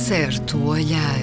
certo olhar.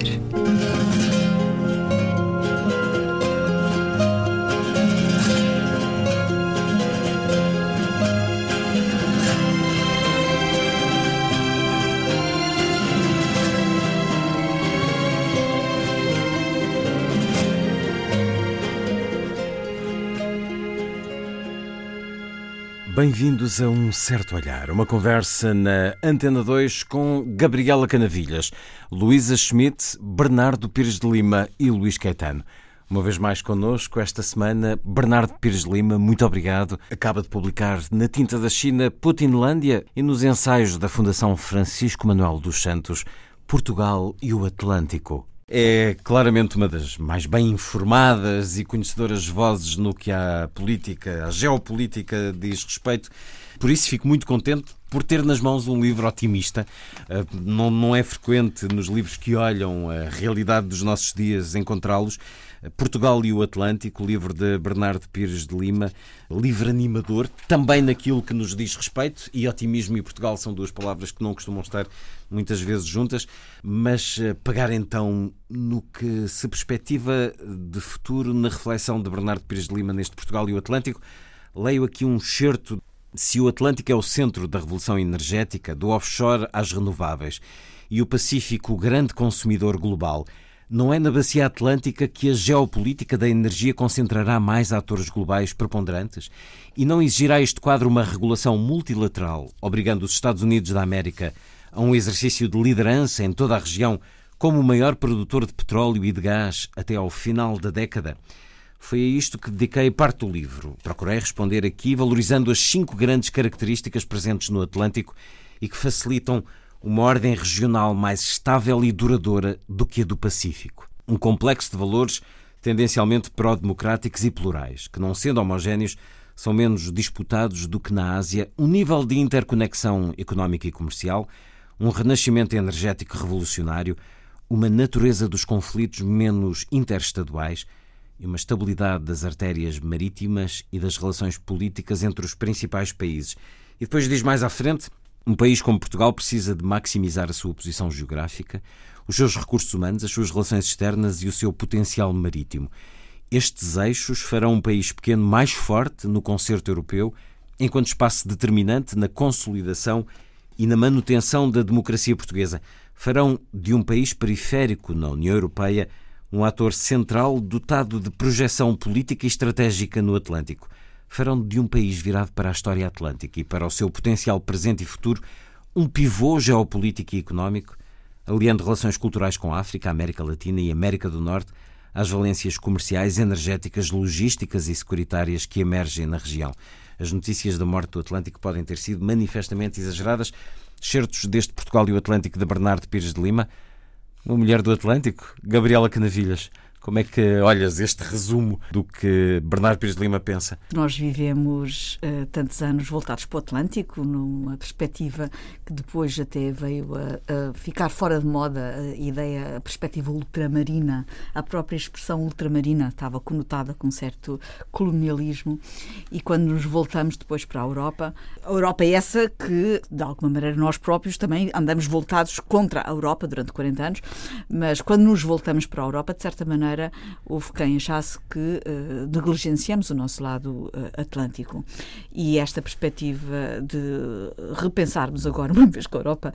Bem-vindos a Um Certo Olhar, uma conversa na Antena 2 com Gabriela Canavilhas, Luísa Schmidt, Bernardo Pires de Lima e Luís Caetano. Uma vez mais connosco esta semana, Bernardo Pires de Lima, muito obrigado. Acaba de publicar na Tinta da China, Putinlândia, e nos ensaios da Fundação Francisco Manuel dos Santos, Portugal e o Atlântico. É claramente uma das mais bem informadas e conhecedoras vozes no que à política, à geopolítica diz respeito. Por isso fico muito contente por ter nas mãos um livro otimista. Não é frequente nos livros que olham a realidade dos nossos dias encontrá-los. Portugal e o Atlântico, livro de Bernardo Pires de Lima, livro animador, também naquilo que nos diz respeito, e otimismo e Portugal são duas palavras que não costumam estar muitas vezes juntas, mas pegar então no que se perspectiva de futuro na reflexão de Bernardo Pires de Lima neste Portugal e o Atlântico. Leio aqui um excerto. Se o Atlântico é o centro da revolução energética, do offshore às renováveis, e o Pacífico o grande consumidor global, não é na bacia atlântica que a geopolítica da energia concentrará mais atores globais preponderantes? E não exigirá este quadro uma regulação multilateral, obrigando os Estados Unidos da América a um exercício de liderança em toda a região como o maior produtor de petróleo e de gás até ao final da década? Foi a isto que dediquei parte do livro. Procurei responder aqui valorizando as 5 grandes características presentes no Atlântico e que facilitam uma ordem regional mais estável e duradoura do que a do Pacífico. Um complexo de valores tendencialmente pró-democráticos e plurais, que, não sendo homogéneos, são menos disputados do que na Ásia, um nível de interconexão económica e comercial, um renascimento energético revolucionário, uma natureza dos conflitos menos interestaduais e uma estabilidade das artérias marítimas e das relações políticas entre os principais países. E depois diz mais à frente: um país como Portugal precisa de maximizar a sua posição geográfica, os seus recursos humanos, as suas relações externas e o seu potencial marítimo. Estes eixos farão um país pequeno mais forte no concerto europeu, enquanto espaço determinante na consolidação e na manutenção da democracia portuguesa. Farão de um país periférico na União Europeia um ator central dotado de projeção política e estratégica no Atlântico. Farão de um país virado para a história atlântica e para o seu potencial presente e futuro um pivô geopolítico e económico, aliando relações culturais com a África, a América Latina e a América do Norte às valências comerciais, energéticas, logísticas e securitárias que emergem na região. As notícias da morte do Atlântico podem ter sido manifestamente exageradas. Certos deste Portugal e o Atlântico de Bernardo Pires de Lima. Uma mulher do Atlântico, Gabriela Canavilhas. Como é que olhas este resumo do que Bernardo Pires de Lima pensa? Nós vivemos tantos anos voltados para o Atlântico, numa perspectiva que depois até veio a ficar fora de moda, a perspectiva ultramarina. A própria expressão ultramarina estava conotada com um certo colonialismo, e quando nos voltamos depois para a Europa é essa que, de alguma maneira, nós próprios também andamos voltados contra a Europa durante 40 anos, mas quando nos voltamos para a Europa, de certa maneira, houve quem achasse que negligenciamos o nosso lado atlântico. E esta perspectiva de repensarmos agora, uma vez que a Europa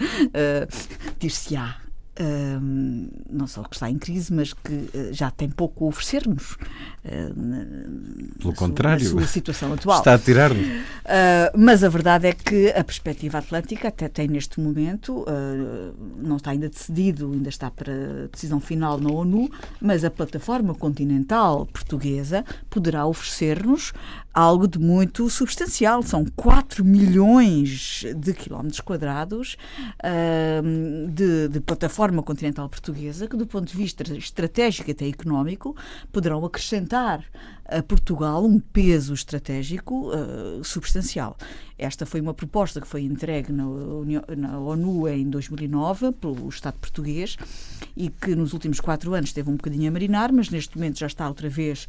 dir-se-á, não só que está em crise, mas que já tem pouco a oferecer-nos. Pelo contrário, na sua situação atual. Está a tirar-nos. Mas a verdade é que a perspectiva atlântica até tem neste momento, não está ainda decidido, ainda está para decisão final na ONU, mas a plataforma continental portuguesa poderá oferecer-nos algo de muito substancial. São 4 milhões de quilómetros quadrados de plataforma continental portuguesa que, do ponto de vista estratégico e até económico, poderão acrescentar a Portugal um peso estratégico substancial. Esta foi uma proposta que foi entregue na ONU em 2009 pelo Estado português e que nos últimos 4 anos teve um bocadinho a marinar, mas neste momento já está outra vez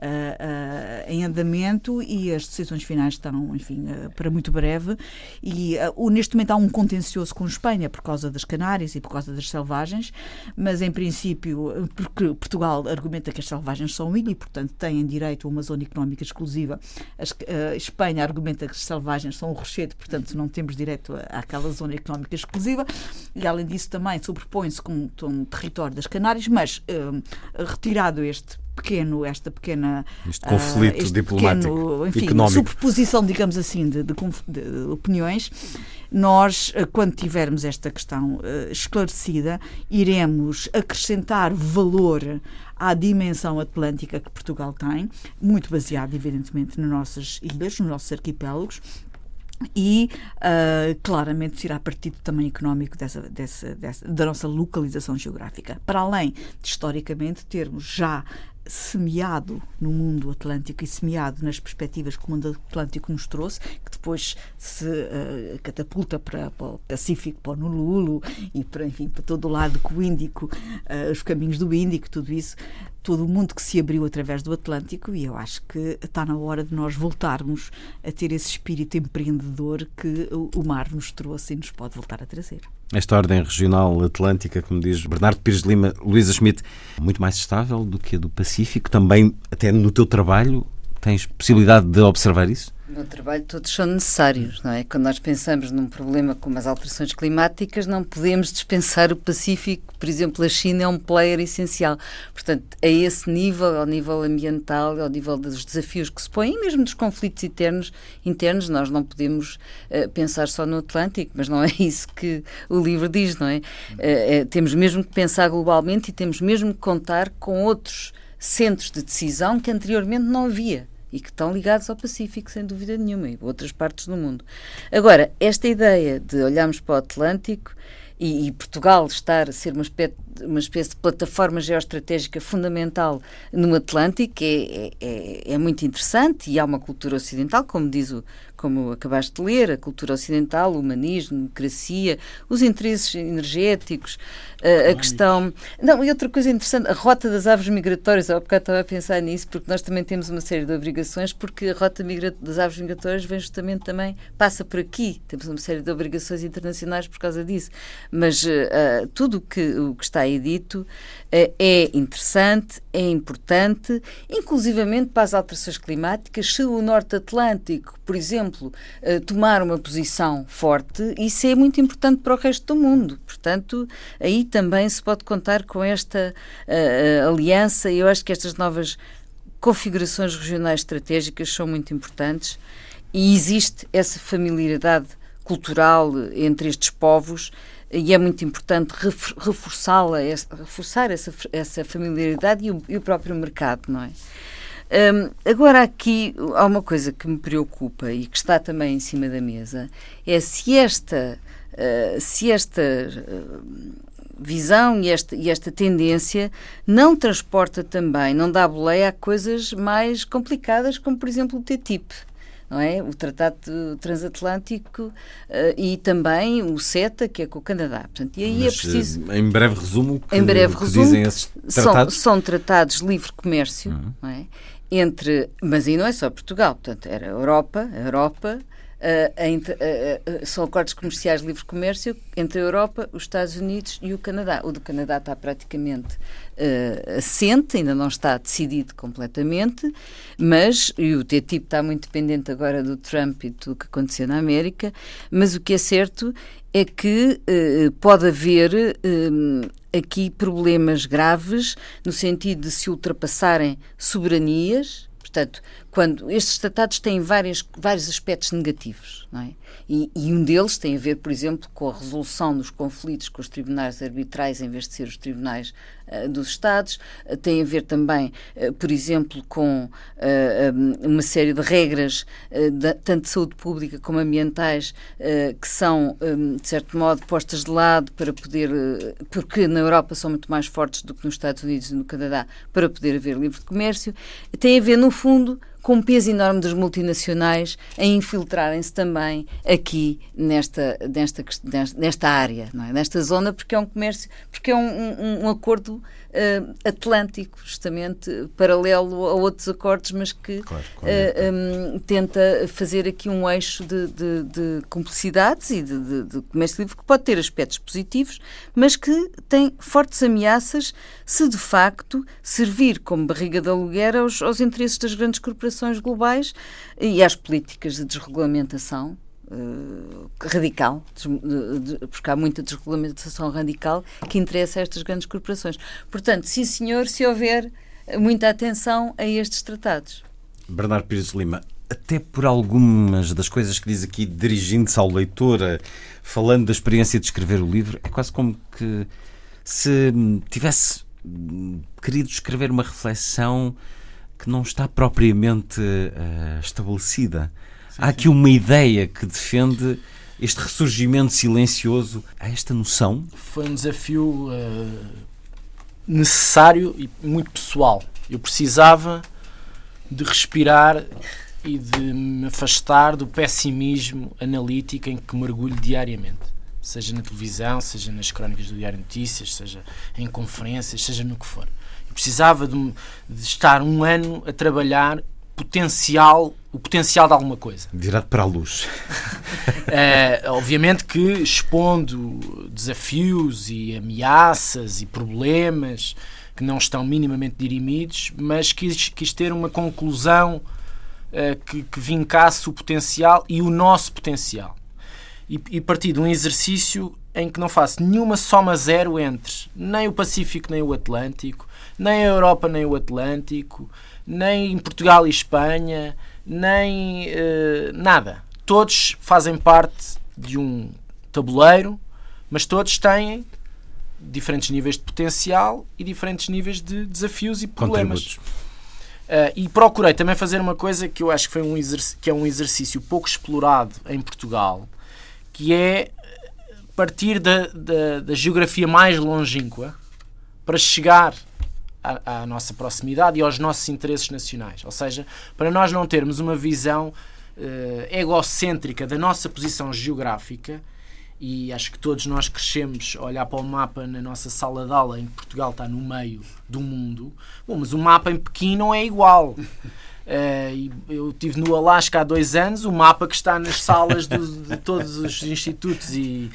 em andamento e as decisões finais estão, enfim, para muito breve. E neste momento há um contencioso com Espanha por causa das Canárias e por causa das selvagens, mas em princípio, porque Portugal argumenta que as selvagens são ilha e, portanto, têm direito a uma zona económica exclusiva. A Espanha argumenta que as selvagens são o rochedo, portanto, não temos direito àquela zona económica exclusiva. E, além disso, também sobrepõe-se com um território das Canárias, mas retirado este pequena conflito diplomático, enfim, económico, superposição, digamos assim, de opiniões, nós, quando tivermos esta questão esclarecida, iremos acrescentar valor à dimensão atlântica que Portugal tem, muito baseada, evidentemente, nas nossas ilhas, nos nossos arquipélagos, e claramente tirar partido também económico da nossa localização geográfica. Para além de, historicamente, termos já semeado no mundo atlântico e semeado nas perspectivas que o mundo atlântico nos trouxe, que depois se catapulta para o Pacífico, para o Nululu e para todo o lado do Índico, os caminhos do Índico, tudo isso, todo o mundo que se abriu através do Atlântico, e eu acho que está na hora de nós voltarmos a ter esse espírito empreendedor que o mar nos trouxe e nos pode voltar a trazer. Esta ordem regional atlântica, como diz Bernardo Pires de Lima, Luísa Schmidt, muito mais estável do que a do Pacífico. Também, até no teu trabalho, tens possibilidade de observar isso? No meu trabalho todos são necessários, não é? Quando nós pensamos num problema como as alterações climáticas, não podemos dispensar o Pacífico. Por exemplo, a China é um player essencial. Portanto, a esse nível, ao nível ambiental, ao nível dos desafios que se põem, e mesmo dos conflitos internos, nós não podemos pensar só no Atlântico, mas não é isso que o livro diz, não é? Temos mesmo que pensar globalmente e temos mesmo que contar com outros centros de decisão que anteriormente não havia e que estão ligados ao Pacífico, sem dúvida nenhuma, e outras partes do mundo. Agora, esta ideia de olharmos para o Atlântico e Portugal estar a ser uma espécie de plataforma geoestratégica fundamental no Atlântico é muito interessante, e há uma cultura ocidental, como acabaste de ler, a cultura ocidental, o humanismo, a democracia, os interesses energéticos, a questão... Não, e outra coisa interessante, a rota das aves migratórias, há bocado estava a pensar nisso, porque nós também temos uma série de obrigações, porque a rota das aves migratórias vem justamente também, passa por aqui, temos uma série de obrigações internacionais por causa disso, mas tudo o que está aí dito é interessante, é importante, inclusivamente para as alterações climáticas. Se o Norte Atlântico, por exemplo, tomar uma posição forte, isso é muito importante para o resto do mundo. Portanto, aí também se pode contar com esta aliança, e eu acho que estas novas configurações regionais estratégicas são muito importantes, e existe essa familiaridade cultural entre estes povos, e é muito importante reforçar essa familiaridade e o próprio mercado, não é? Agora aqui há uma coisa que me preocupa e que está também em cima da mesa, é se esta visão e esta tendência não transporta também, não dá boleia a coisas mais complicadas, como por exemplo o TTIP. Não é? O Tratado Transatlântico e também o CETA, que é com o Canadá. Portanto, e aí é preciso... Em breve resumo, que dizem esses tratados? São tratados de livre comércio, não é? Mas aí não é só Portugal, portanto, era a Europa, são acordos comerciais de livre comércio entre a Europa, os Estados Unidos e o Canadá. O do Canadá está praticamente assente, ainda não está decidido completamente, mas e o TTIP está muito dependente agora do Trump e de tudo o que aconteceu na América, mas o que é certo é que pode haver aqui problemas graves no sentido de se ultrapassarem soberanias. Portanto, quando estes tratados têm vários aspectos negativos, não é? E um deles tem a ver, por exemplo, com a resolução dos conflitos com os tribunais arbitrais em vez de ser os tribunais dos Estados, tem a ver também, por exemplo, com uma série de regras, tanto de saúde pública como ambientais, que são, de certo modo, postas de lado para poder, porque na Europa são muito mais fortes do que nos Estados Unidos e no Canadá, para poder haver livre comércio. Tem a ver, no fundo, com um peso enorme das multinacionais a infiltrarem-se também aqui nesta área, não é? Nesta zona, porque é um comércio, porque é um acordo atlântico, justamente, paralelo a outros acordos, mas que tenta fazer aqui um eixo de cumplicidades e de comércio livre que pode ter aspectos positivos, mas que tem fortes ameaças se de facto servir como barriga de aluguer aos interesses das grandes corporações globais e às políticas de desregulamentação radical, porque há muita desregulamentação radical que interessa a estas grandes corporações. Portanto, sim senhor, se houver muita atenção a estes tratados. Bernardo Pires de Lima, até por algumas das coisas que diz aqui, dirigindo-se ao leitor, falando da experiência de escrever o livro, é quase como que se tivesse querido escrever uma reflexão que não está propriamente estabelecida. Há aqui uma ideia que defende este ressurgimento silencioso. Há esta noção? Foi um desafio necessário e muito pessoal. Eu precisava de respirar e de me afastar do pessimismo analítico em que mergulho diariamente. Seja na televisão, seja nas crónicas do Diário de Notícias, seja em conferências, seja no que for. Eu precisava de estar um ano a trabalhar o potencial de alguma coisa. Virado para a luz. Obviamente que expondo desafios e ameaças e problemas que não estão minimamente dirimidos, mas quis ter uma conclusão que vincasse o potencial e o nosso potencial. E partir de um exercício em que não faço nenhuma soma zero entre nem o Pacífico nem o Atlântico, nem a Europa nem o Atlântico, nem Portugal e Espanha, nem nada. Todos fazem parte de um tabuleiro, mas todos têm diferentes níveis de potencial e diferentes níveis de desafios e problemas. E procurei também fazer uma coisa que eu acho que é um exercício pouco explorado em Portugal, que é partir da geografia mais longínqua para chegar à nossa proximidade e aos nossos interesses nacionais. Ou seja, para nós não termos uma visão egocêntrica da nossa posição geográfica, e acho que todos nós crescemos a olhar para o mapa na nossa sala de aula em que Portugal está no meio do mundo. Bom, mas o mapa em Pequim não é igual. Eu estive no Alasca há 2 anos, o mapa que está nas salas de todos os institutos e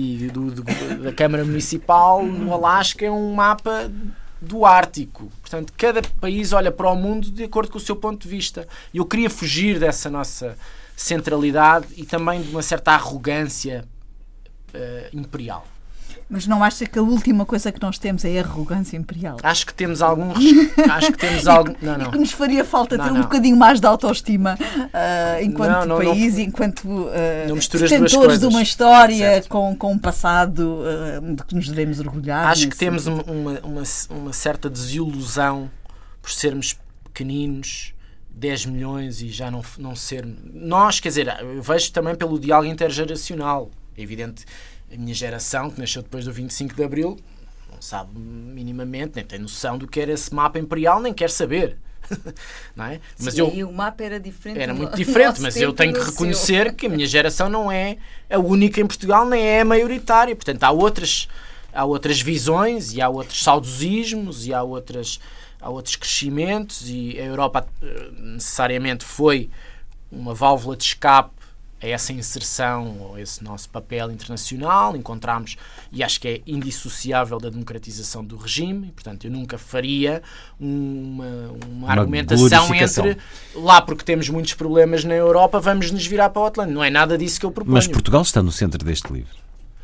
da Câmara Municipal no Alasca é um mapa do Ártico. Portanto, cada país olha para o mundo de acordo com o seu ponto de vista. E eu queria fugir dessa nossa centralidade e também de uma certa arrogância imperial. Mas não acha que a última coisa que nós temos é a arrogância imperial? Acho que temos algum... Não. E que nos faria falta ter um bocadinho mais de autoestima enquanto país, enquanto detentores de uma história com um passado de que nos devemos orgulhar. Acho que temos uma certa desilusão por sermos pequeninos, 10 milhões e já não ser... Nós, quer dizer, eu vejo também pelo diálogo intergeracional. É evidente, a minha geração, que nasceu depois do 25 de Abril, não sabe minimamente, nem tem noção do que era esse mapa imperial, nem quer saber. Não é? Mas sim, e o mapa era diferente. Era muito diferente, mas eu tenho que reconhecer que a minha geração não é a única em Portugal, nem é a maioritária. Portanto, há outras visões e há outros saudosismos e há outros crescimentos, e a Europa necessariamente foi uma válvula de escape a essa inserção ou esse nosso papel internacional. Encontramos, e acho que é indissociável da democratização do regime, e, portanto eu nunca faria uma argumentação entre lá porque temos muitos problemas na Europa, vamos nos virar para o Atlântico. Não é nada disso que eu proponho. Mas Portugal está no centro deste livro?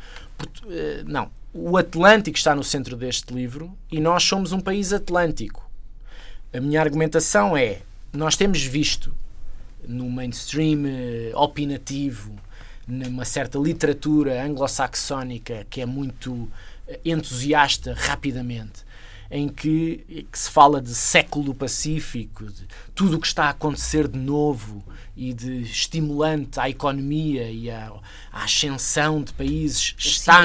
Não. O Atlântico está no centro deste livro e nós somos um país atlântico. A minha argumentação é, nós temos visto no mainstream opinativo, numa certa literatura anglo-saxónica que é muito entusiasta rapidamente, em que se fala de século do Pacífico, de tudo o que está a acontecer de novo e de estimulante à economia e à ascensão de países, está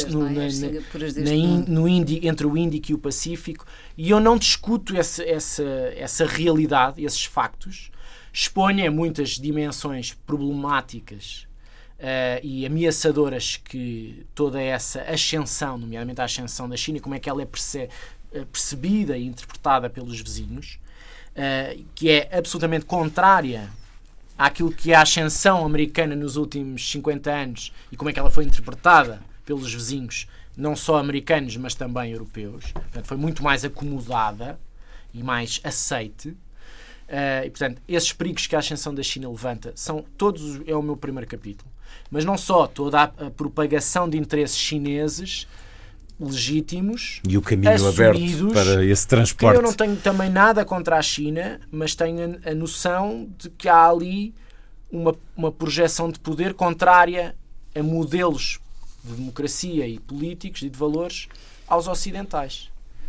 entre o Índico e o Pacífico, e eu não discuto essa realidade, esses factos, exponho muitas dimensões problemáticas e ameaçadoras que toda essa ascensão, nomeadamente a ascensão da China, como é que ela é percebida e interpretada pelos vizinhos, que é absolutamente contrária àquilo que é a ascensão americana nos últimos 50 anos e como é que ela foi interpretada pelos vizinhos, não só americanos, mas também europeus. Portanto, foi muito mais acomodada e mais aceite. E, portanto, esses perigos que a ascensão da China levanta são todos, é o meu primeiro capítulo. Mas não só, toda a propagação de interesses chineses legítimos e o caminho aberto para esse transporte. Eu não tenho também nada contra a China, mas tenho a noção de que há ali uma projeção de poder contrária a modelos de democracia e políticos e de valores aos ocidentais.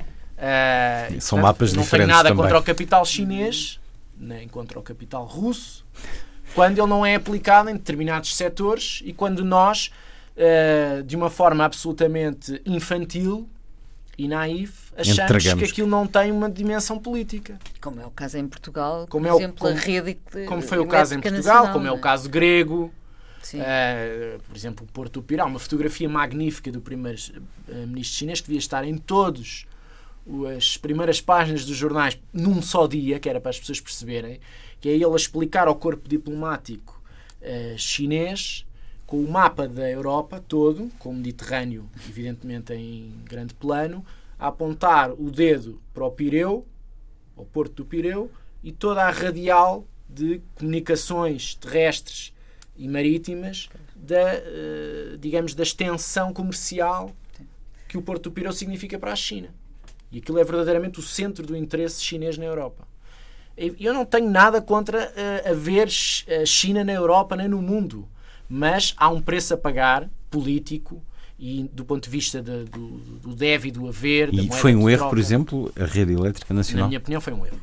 São mapas diferentes. Não tenho nada também contra o capital chinês, nem contra o capital russo, quando ele não é aplicado em determinados setores e quando nós, de uma forma absolutamente infantil e naif, achamos que aquilo não tem uma dimensão política. Como é o caso em Portugal, por exemplo, a rede como foi o caso em Portugal, nacional, como é o caso grego. Sim. Por exemplo, o Porto do Pirá, uma fotografia magnífica do primeiro ministro chinês que devia estar em todas as primeiras páginas dos jornais num só dia, que era para as pessoas perceberem, que é ele a explicar ao corpo diplomático chinês, com o mapa da Europa todo, com o Mediterrâneo evidentemente em grande plano, a apontar o dedo para o Pireu, ao Porto do Pireu, e toda a radial de comunicações terrestres e marítimas digamos, da extensão comercial que o Porto do Pireu significa para a China. E aquilo é verdadeiramente o centro do interesse chinês na Europa. Eu não tenho nada contra haver China na Europa nem no mundo, mas há um preço a pagar político e do ponto de vista do deve e do haver. E foi um erro, por exemplo, a rede elétrica nacional? Na minha opinião foi um erro.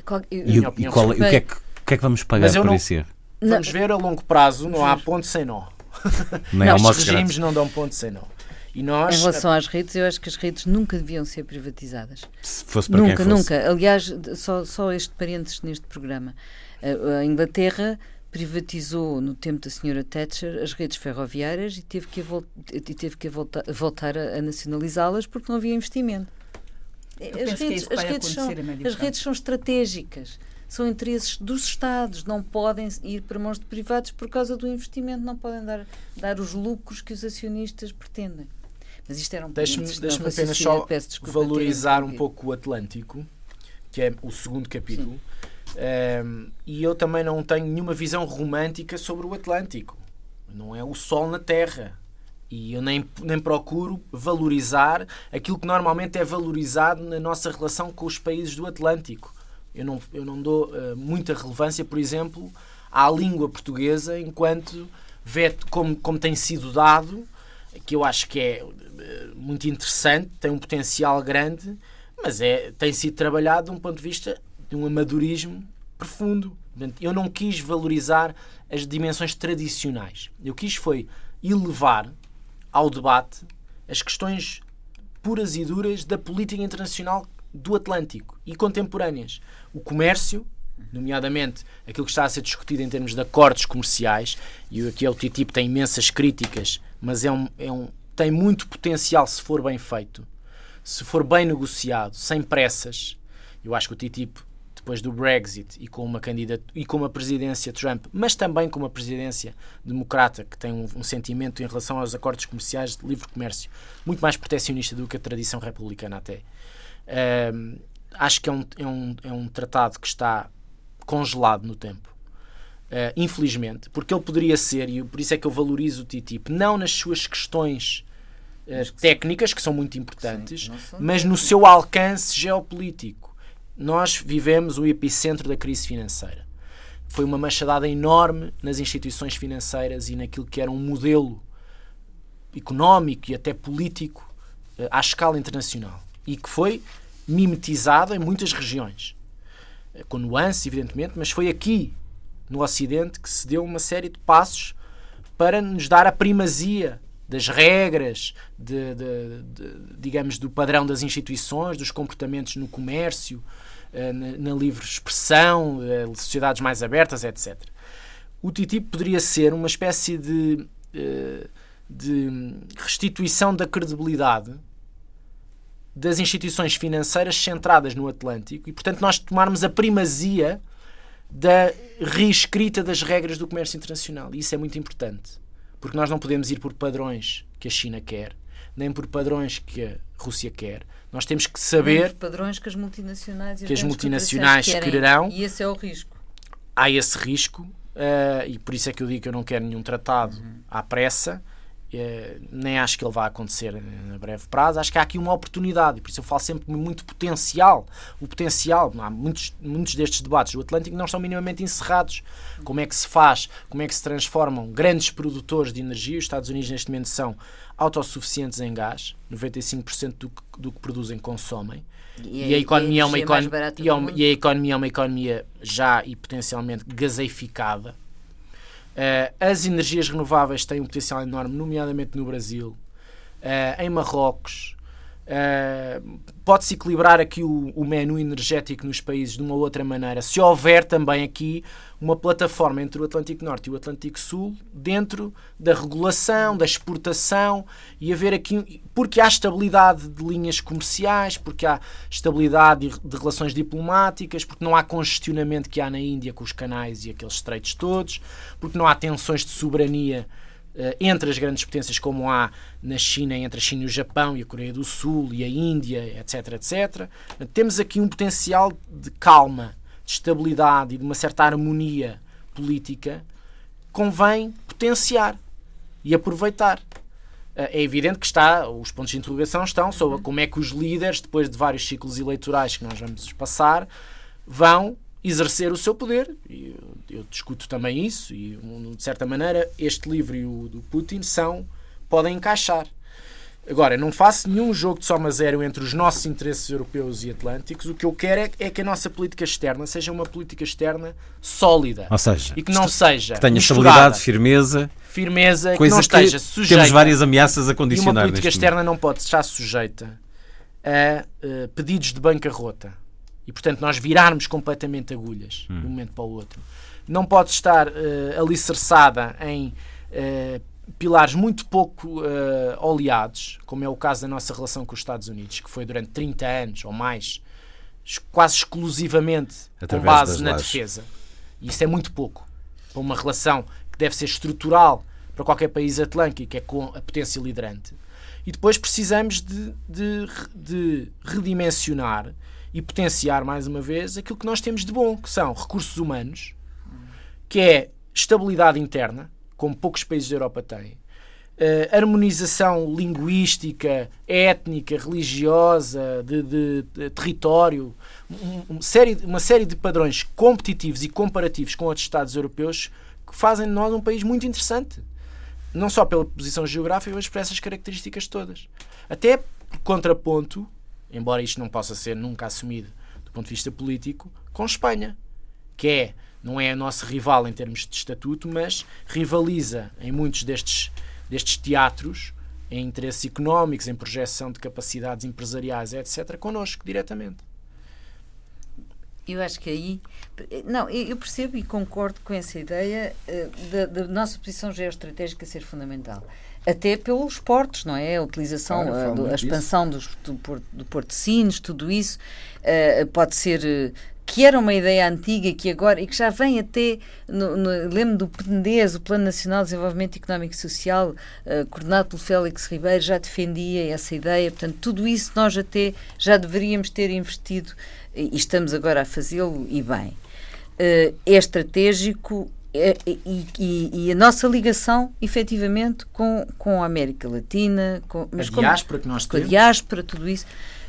O que é que vamos pagar por esse erro? Vamos ver a longo prazo, não há ponto sem nó. Os regimes não dão ponto sem nó. E nós, em relação às redes, eu acho que as redes nunca deviam ser privatizadas. Se fosse para quem fosse. Nunca. Aliás, só este parênteses neste programa. A Inglaterra privatizou, no tempo da senhora Thatcher, as redes ferroviárias e teve que voltar a nacionalizá-las porque não havia investimento. As redes são estratégicas. São interesses dos Estados, não podem ir para mãos de privados por causa do investimento, não podem dar os lucros que os acionistas pretendem. Mas isto era um Deixe-me apenas só valorizar um pouco o Atlântico, que é o segundo capítulo, e eu também não tenho nenhuma visão romântica sobre o Atlântico. Não é o sol na terra. E eu nem procuro valorizar aquilo que normalmente é valorizado na nossa relação com os países do Atlântico. Eu não dou muita relevância, por exemplo, à língua portuguesa enquanto como tem sido dado, que eu acho que é muito interessante, tem um potencial grande, mas tem sido trabalhado de um ponto de vista de um amadorismo profundo. Eu não quis valorizar as dimensões tradicionais. Eu quis foi elevar ao debate as questões puras e duras da política internacional do Atlântico e contemporâneas. O comércio, nomeadamente aquilo que está a ser discutido em termos de acordos comerciais, e aqui o TTIP tem imensas críticas, mas tem muito potencial se for bem feito, se for bem negociado, sem pressas. Eu acho que o TTIP, depois do Brexit e com uma presidência Trump, mas também com uma presidência democrata que tem um sentimento em relação aos acordos comerciais de livre comércio muito mais protecionista do que a tradição republicana até. Acho que é um tratado que está congelado no tempo, infelizmente, porque ele poderia ser, e por isso é que eu valorizo o TTIP, não nas suas questões técnicas, que são muito importantes, mas no seu alcance geopolítico. nós vivemos o epicentro da crise financeira. Foi uma machadada enorme nas instituições financeiras e naquilo que era um modelo económico e até político à escala internacional. E que foi mimetizado em muitas regiões. Com nuances, evidentemente, mas foi aqui, no Ocidente, que se deu uma série de passos para nos dar a primazia das regras, digamos, do padrão das instituições, dos comportamentos no comércio, na livre expressão, sociedades mais abertas, etc. O TTIP poderia ser uma espécie de restituição da credibilidade das instituições financeiras centradas no Atlântico e, portanto, nós tomarmos a primazia da reescrita das regras do comércio internacional. E isso é muito importante, porque nós não podemos ir por padrões que a China quer, nem por padrões que a Rússia quer. Nós temos que saber... Nem por padrões que as multinacionais, que as multinacionais quererão. E esse é o risco. Há esse risco, e por isso é que eu digo que eu não quero nenhum tratado à pressa, nem acho que ele vá acontecer a breve prazo. Acho que há aqui uma oportunidade, e por isso eu falo sempre muito potencial. O potencial, há muitos destes debates do Atlântico não estão minimamente encerrados. Como é que se faz, como é que se transformam grandes produtores de energia? Os Estados Unidos neste momento são autossuficientes em gás, 95% do que produzem consomem. E a economia é uma economia já e potencialmente gaseificada. As energias renováveis têm um potencial enorme, nomeadamente no Brasil, em Marrocos. Pode-se equilibrar aqui o menu energético nos países de uma outra maneira, se houver também aqui uma plataforma entre o Atlântico Norte e o Atlântico Sul, dentro da regulação, da exportação, e haver aqui, porque há estabilidade de linhas comerciais, porque há estabilidade de relações diplomáticas, porque não há congestionamento que há na Índia com os canais e aqueles estreitos todos, porque não há tensões de soberania entre as grandes potências como há na China, entre a China e o Japão e a Coreia do Sul e a Índia, etc, etc. Temos aqui um potencial de calma, de estabilidade e de uma certa harmonia política. Convém potenciar e aproveitar. É evidente que os pontos de interrogação estão sobre como é que os líderes, depois de vários ciclos eleitorais que nós vamos passar, vão exercer o seu poder. Eu discuto também isso e, de certa maneira, este livro e o do Putin podem encaixar. Agora, não faço nenhum jogo de soma zero entre os nossos interesses europeus e atlânticos. O que eu quero é que a nossa política externa seja uma política externa sólida. Ou seja, e que não seja que tenha misturada, estabilidade, firmeza, que não esteja sujeita. Temos várias ameaças a condicionar. E uma política externa não pode estar sujeita a pedidos de bancarrota. E, portanto, nós virarmos completamente agulhas de um momento para o outro. Não pode estar alicerçada em pilares muito pouco oleados, como é o caso da nossa relação com os Estados Unidos, que foi durante 30 anos ou mais, quase exclusivamente com base na defesa. E isso é muito pouco para uma relação que deve ser estrutural para qualquer país atlântico, que é com a potência liderante. E depois precisamos de redimensionar e potenciar, mais uma vez, aquilo que nós temos de bom, que são recursos humanos, que é estabilidade interna, como poucos países da Europa têm, harmonização linguística, étnica, religiosa, de território, uma série de padrões competitivos e comparativos com outros Estados europeus que fazem de nós um país muito interessante. Não só pela posição geográfica, mas por essas características todas. Até por contraponto, embora isto não possa ser nunca assumido do ponto de vista político, com Espanha, que não é nosso rival em termos de estatuto, mas rivaliza em muitos destes teatros, em interesses económicos, em projeção de capacidades empresariais, etc., connosco, diretamente. Eu acho que aí... Não, eu percebo e concordo com essa ideia da nossa posição geoestratégica ser fundamental. Até pelos portos, não é? A utilização, a expansão do Porto de Sines, tudo isso pode ser... que era uma ideia antiga e que já vem até, lembro do PNDES, o Plano Nacional de Desenvolvimento Económico e Social, coordenado pelo Félix Ribeiro, já defendia essa ideia. Portanto, tudo isso nós até já deveríamos ter investido e estamos agora a fazê-lo e bem. É estratégico e a nossa ligação, efetivamente, com a América Latina, com a diáspora que nós temos. Com a diáspora, tudo isso.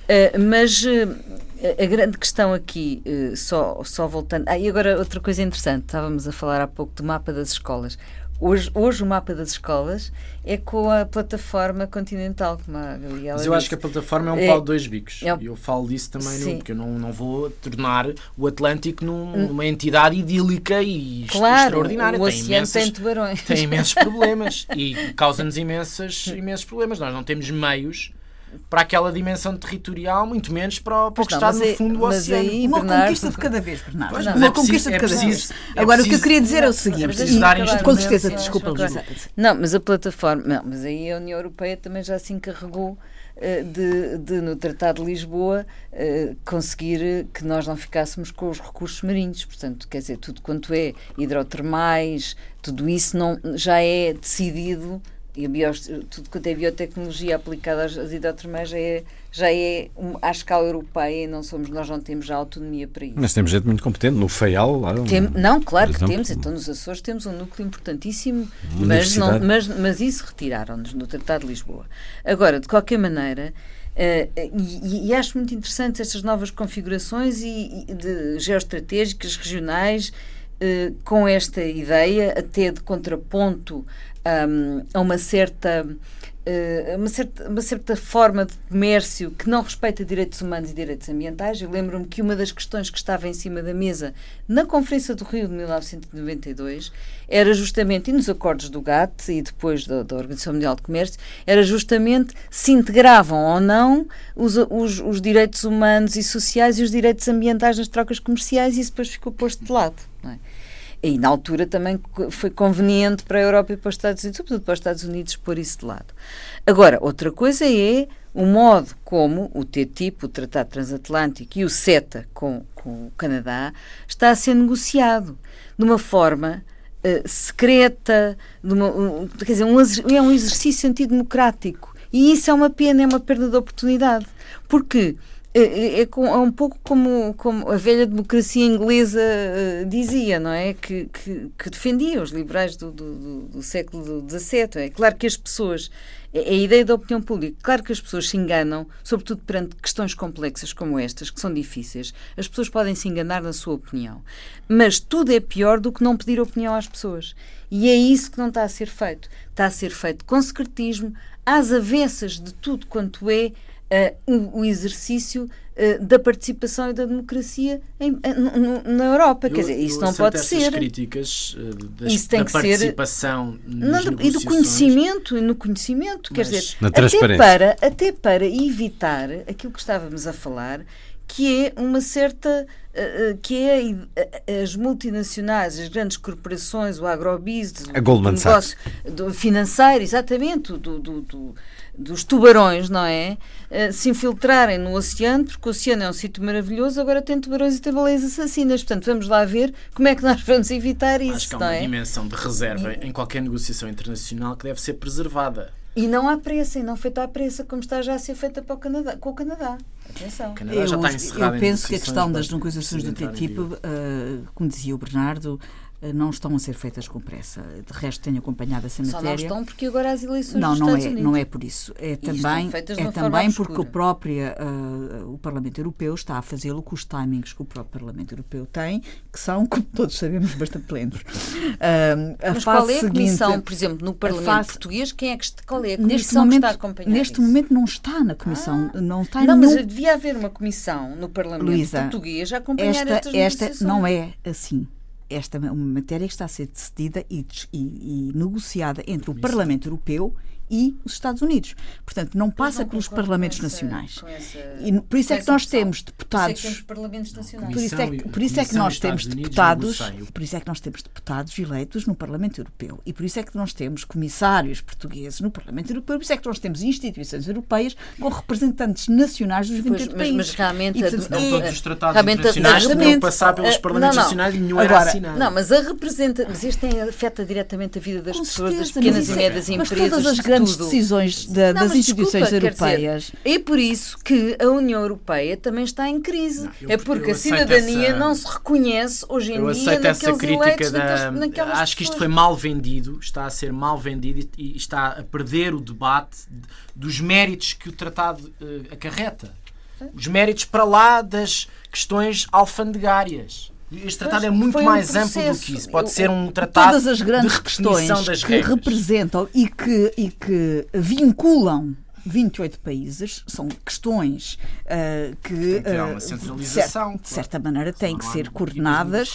Mas a grande questão aqui, só voltando... e agora outra coisa interessante, estávamos a falar há pouco do mapa das escolas. Hoje o mapa das escolas é com a plataforma continental, como a Gabriela Mas eu acho que a plataforma é um pau de dois bicos. E eu falo disso também, porque eu não vou tornar o Atlântico numa entidade idílica e extraordinária. O oceano tem tubarões. Tem imensos problemas e causa-nos imensos problemas. Nós não temos meios para aquela dimensão territorial, muito menos para o que está no fundo do oceano. Aí, uma conquista de cada vez, Bernardo. Uma conquista de cada vez. Agora, o que eu queria dizer é o seguinte, com certeza, desculpa, Luísa. Não, mas a plataforma... Não, mas aí a União Europeia também já se encarregou de no Tratado de Lisboa, conseguir que nós não ficássemos com os recursos marinhos. Portanto, quer dizer, tudo quanto é hidrotermais, tudo isso já é decidido. E tudo quanto é biotecnologia aplicada às hidrotermais já é à escala europeia e nós não temos já autonomia para isso. Mas temos gente muito competente no FEIAL. Não, claro que temos. Então nos Açores temos um núcleo importantíssimo, mas isso retiraram-nos no Tratado de Lisboa. Agora, de qualquer maneira, e acho muito interessantes estas novas configurações de geoestratégicas, regionais, com esta ideia até de contraponto a uma certa forma de comércio que não respeita direitos humanos e direitos ambientais. Eu lembro-me que uma das questões que estava em cima da mesa na Conferência do Rio de 1992 era justamente, e nos acordos do GATT e depois da Organização Mundial de Comércio, era justamente se integravam ou não os direitos humanos e sociais e os direitos ambientais nas trocas comerciais, e isso depois ficou posto de lado, não é? E na altura também foi conveniente para a Europa e para os Estados Unidos, sobretudo para os Estados Unidos, pôr isso de lado. Agora, outra coisa é o modo como o TTIP, o Tratado Transatlântico, e o CETA com o Canadá está a ser negociado de uma forma secreta, quer dizer, é um exercício antidemocrático. E isso é uma pena, é uma perda de oportunidade. Porque é um pouco como a velha democracia inglesa dizia, não é? Que defendia os liberais do século XVII. É claro que as pessoas, é a ideia da opinião pública, claro que as pessoas se enganam, sobretudo perante questões complexas como estas, que são difíceis. As pessoas podem se enganar na sua opinião. Mas tudo é pior do que não pedir opinião às pessoas. E é isso que não está a ser feito. Está a ser feito com secretismo, às avessas de tudo quanto é o exercício da participação e da democracia na Europa. Quer dizer, isso não pode ser. Essas críticas da participação nas negociações. E no conhecimento, quer dizer, na transparência. Até para evitar aquilo que estávamos a falar, que é uma certa... que é as multinacionais, as grandes corporações, o agrobusiness, a Goldman Sachs, financeiro, exatamente, dos tubarões, não é? Se infiltrarem no oceano, porque o oceano é um sítio maravilhoso, agora tem tubarões e tem baleias assassinas. Portanto, vamos lá ver como é que nós vamos evitar isso. Acho que há uma dimensão de reserva em qualquer negociação internacional que deve ser preservada. E não há pressa, e não feita à pressa, como está já a ser feita com o Canadá. Atenção. O Canadá já está encerrado. Eu penso que a questão das negociações do TTIP, como dizia o Bernardo, não estão a ser feitas com pressa. De resto, tenho acompanhado essa matéria. Só não estão porque agora as eleições dos Estados Unidos. Não é por isso. É também porque o Parlamento Europeu está a fazê-lo com os timings que o próprio Parlamento Europeu tem, que são, como todos sabemos, bastante lentos. Mas qual é a comissão, por exemplo, no Parlamento português, qual é a comissão que está a acompanhar neste momento não está na comissão. Não, mas devia haver uma comissão no Parlamento português a acompanhar estas negociações. Esta não é assim. Esta é uma matéria que está a ser decidida e negociada entre o Parlamento Europeu e os Estados Unidos. Portanto, não passa pelos parlamentos nacionais. E por isso é que nós temos deputados. Por isso é que nós temos deputados eleitos no Parlamento Europeu. E por isso é que nós temos comissários portugueses no Parlamento Europeu. Por isso é que nós temos instituições europeias com representantes nacionais dos 28 países. Mas realmente não todos os tratados internacionais deviam passar pelos parlamentos nacionais e nenhum era assinado. Não, mas isto afeta diretamente a vida das pessoas, das pequenas e médias empresas. Decisões das instituições europeias. É por isso que a União Europeia também está em crise. Porque a cidadania não se reconhece hoje em dia. Eu aceito essa crítica acho que isto foi mal vendido, está a ser mal vendido e está a perder o debate dos méritos que o tratado acarreta. os méritos para lá das questões alfandegárias. Este tratado é muito mais amplo do que isso. Pode ser um tratado todas as grandes de redefinição das regras. Que representam e que vinculam 28 países, são questões que há uma centralização, de certa maneira têm que ser coordenadas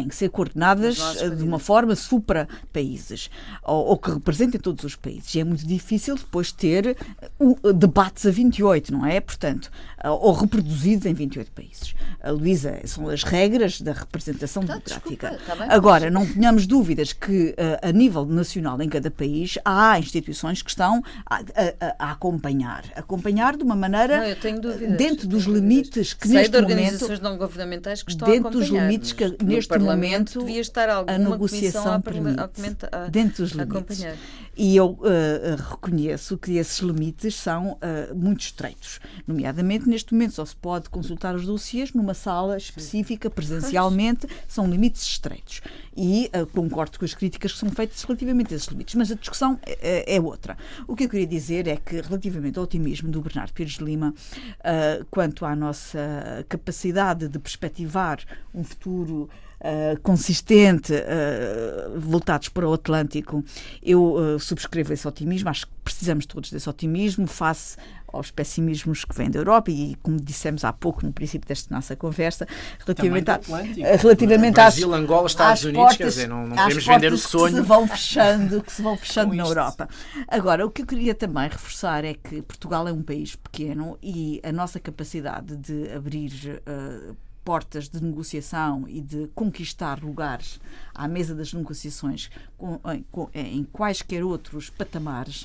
de uma forma supra-países, ou que representem todos os países. E é muito difícil depois ter debates a 28, não é? Portanto, ou reproduzidos em 28 países. Luísa, são as regras da representação democrática. Desculpa, Agora, não tenhamos dúvidas que a nível nacional em cada país há instituições que estão a acompanhar de uma maneira dentro dos limites que neste momento, organizações não governamentais que estão dentro a acompanhar, dos limites que neste momento devia estar a negociação permite, dentro dos limites. E eu reconheço que esses limites são muito estreitos. Nomeadamente, neste momento só se pode consultar os dossiês numa sala específica, presencialmente, são limites estreitos. E concordo com as críticas que são feitas relativamente a esses limites, mas a discussão é outra. O que eu queria dizer é que, relativamente ao otimismo do Bernardo Pires de Lima, quanto à nossa capacidade de perspectivar um futuro consistente, voltados para o Atlântico, eu subscrevo esse otimismo. Acho que precisamos todos desse otimismo face aos pessimismos que vêm da Europa e, como dissemos há pouco no princípio desta nossa conversa, relativamente Brasil, Angola, Estados Unidos, quer dizer, não podemos vender o sonho. Que se vão fechando na Europa. Agora, o que eu queria também reforçar é que Portugal é um país pequeno e a nossa capacidade de abrir portas de negociação e de conquistar lugares à mesa das negociações em quaisquer outros patamares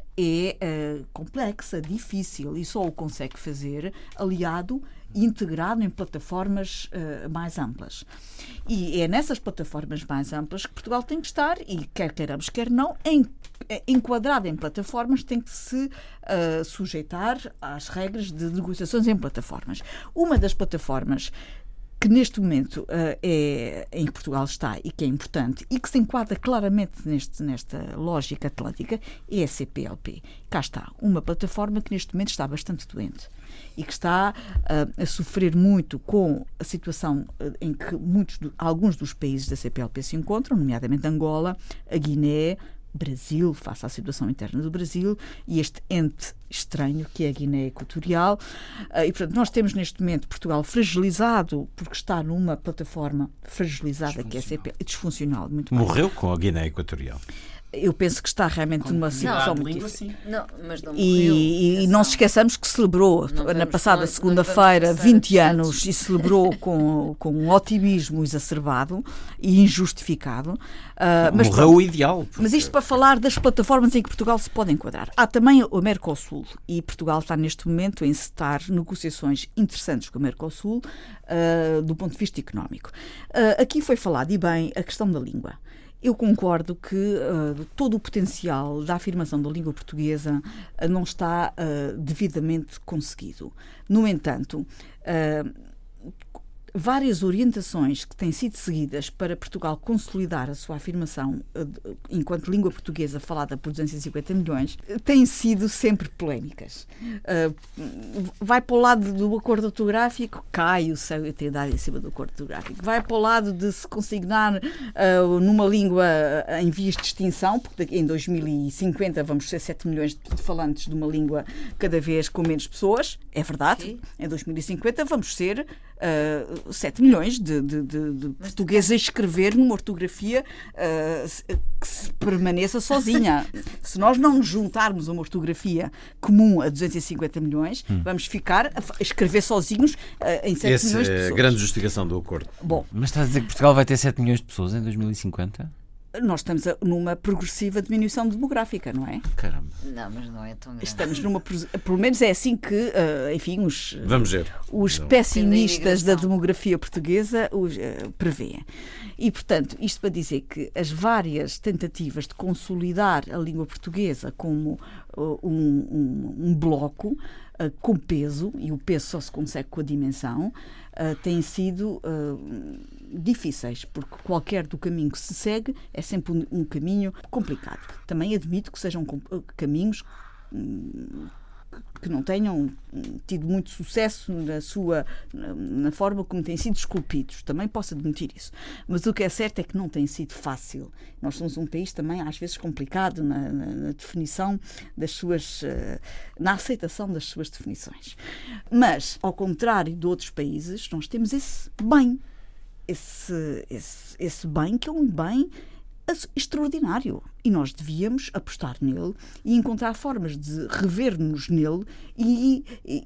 é complexa, difícil, e só o consegue fazer aliado e integrado em plataformas mais amplas. E é nessas plataformas mais amplas que Portugal tem que estar, e quer queiramos, quer não, enquadrado em plataformas, tem que se sujeitar às regras de negociações em plataformas. Uma das plataformas que neste momento em que Portugal está e que é importante e que se enquadra claramente nesta lógica atlântica é a CPLP. Cá está, uma plataforma que neste momento está bastante doente e que está a sofrer muito com a situação em que alguns dos países da CPLP se encontram, nomeadamente Angola, a Guiné, Brasil, face à situação interna do Brasil, e este ente estranho que é a Guiné Equatorial. E, portanto, nós temos neste momento Portugal fragilizado porque está numa plataforma fragilizada que é a CP, disfuncional. Muito Morreu com a Guiné Equatorial. Eu penso que está realmente numa situação muito difícil. Mas não e não se esqueçamos que celebrou na passada segunda-feira 20 anos e celebrou com um otimismo exacerbado e injustificado. Mas morreu o ideal. Mas isto para falar das plataformas em que Portugal se pode enquadrar. Há também o Mercosul, e Portugal está neste momento a encetar negociações interessantes com o Mercosul do ponto de vista económico. Aqui foi falado, e bem, a questão da língua. Eu concordo que todo o potencial da afirmação da língua portuguesa não está devidamente conseguido. No entanto, várias orientações que têm sido seguidas para Portugal consolidar a sua afirmação enquanto língua portuguesa falada por 250 milhões têm sido sempre polémicas. Vai para o lado do acordo ortográfico, cai o céu e a eternidade em cima do acordo ortográfico. Vai para o lado de se consignar numa língua em vias de extinção, porque em 2050 vamos ser 7 milhões de falantes de uma língua cada vez com menos pessoas. É verdade. Sim. Em 2050 vamos ser 7 milhões de portugueses a escrever numa ortografia que se permaneça sozinha. Se nós não nos juntarmos a uma ortografia comum a 250 milhões, vamos ficar a escrever sozinhos em 7 milhões de pessoas. Essa é a grande justificação do acordo. Bom, mas estás a dizer que Portugal vai ter 7 milhões de pessoas em 2050? Nós estamos numa progressiva diminuição demográfica, não é? Caramba. Não, mas não é tão grande. Estamos numa... Pelo menos é assim que, enfim, vamos ver. Os pessimistas da demografia portuguesa prevêem. E, portanto, isto para dizer que as várias tentativas de consolidar a língua portuguesa como um bloco com peso, e o peso só se consegue com a dimensão, têm sido difíceis, porque qualquer do caminho que se segue é sempre um caminho complicado. Também admito que sejam caminhos que não tenham tido muito sucesso na forma como têm sido esculpidos. Também posso admitir isso. Mas o que é certo é que não tem sido fácil. Nós somos um país também, às vezes, complicado na definição das suas... na aceitação das suas definições. Mas, ao contrário de outros países, nós temos esse bem. Esse bem que é um bem extraordinário, e nós devíamos apostar nele e encontrar formas de rever-nos nele e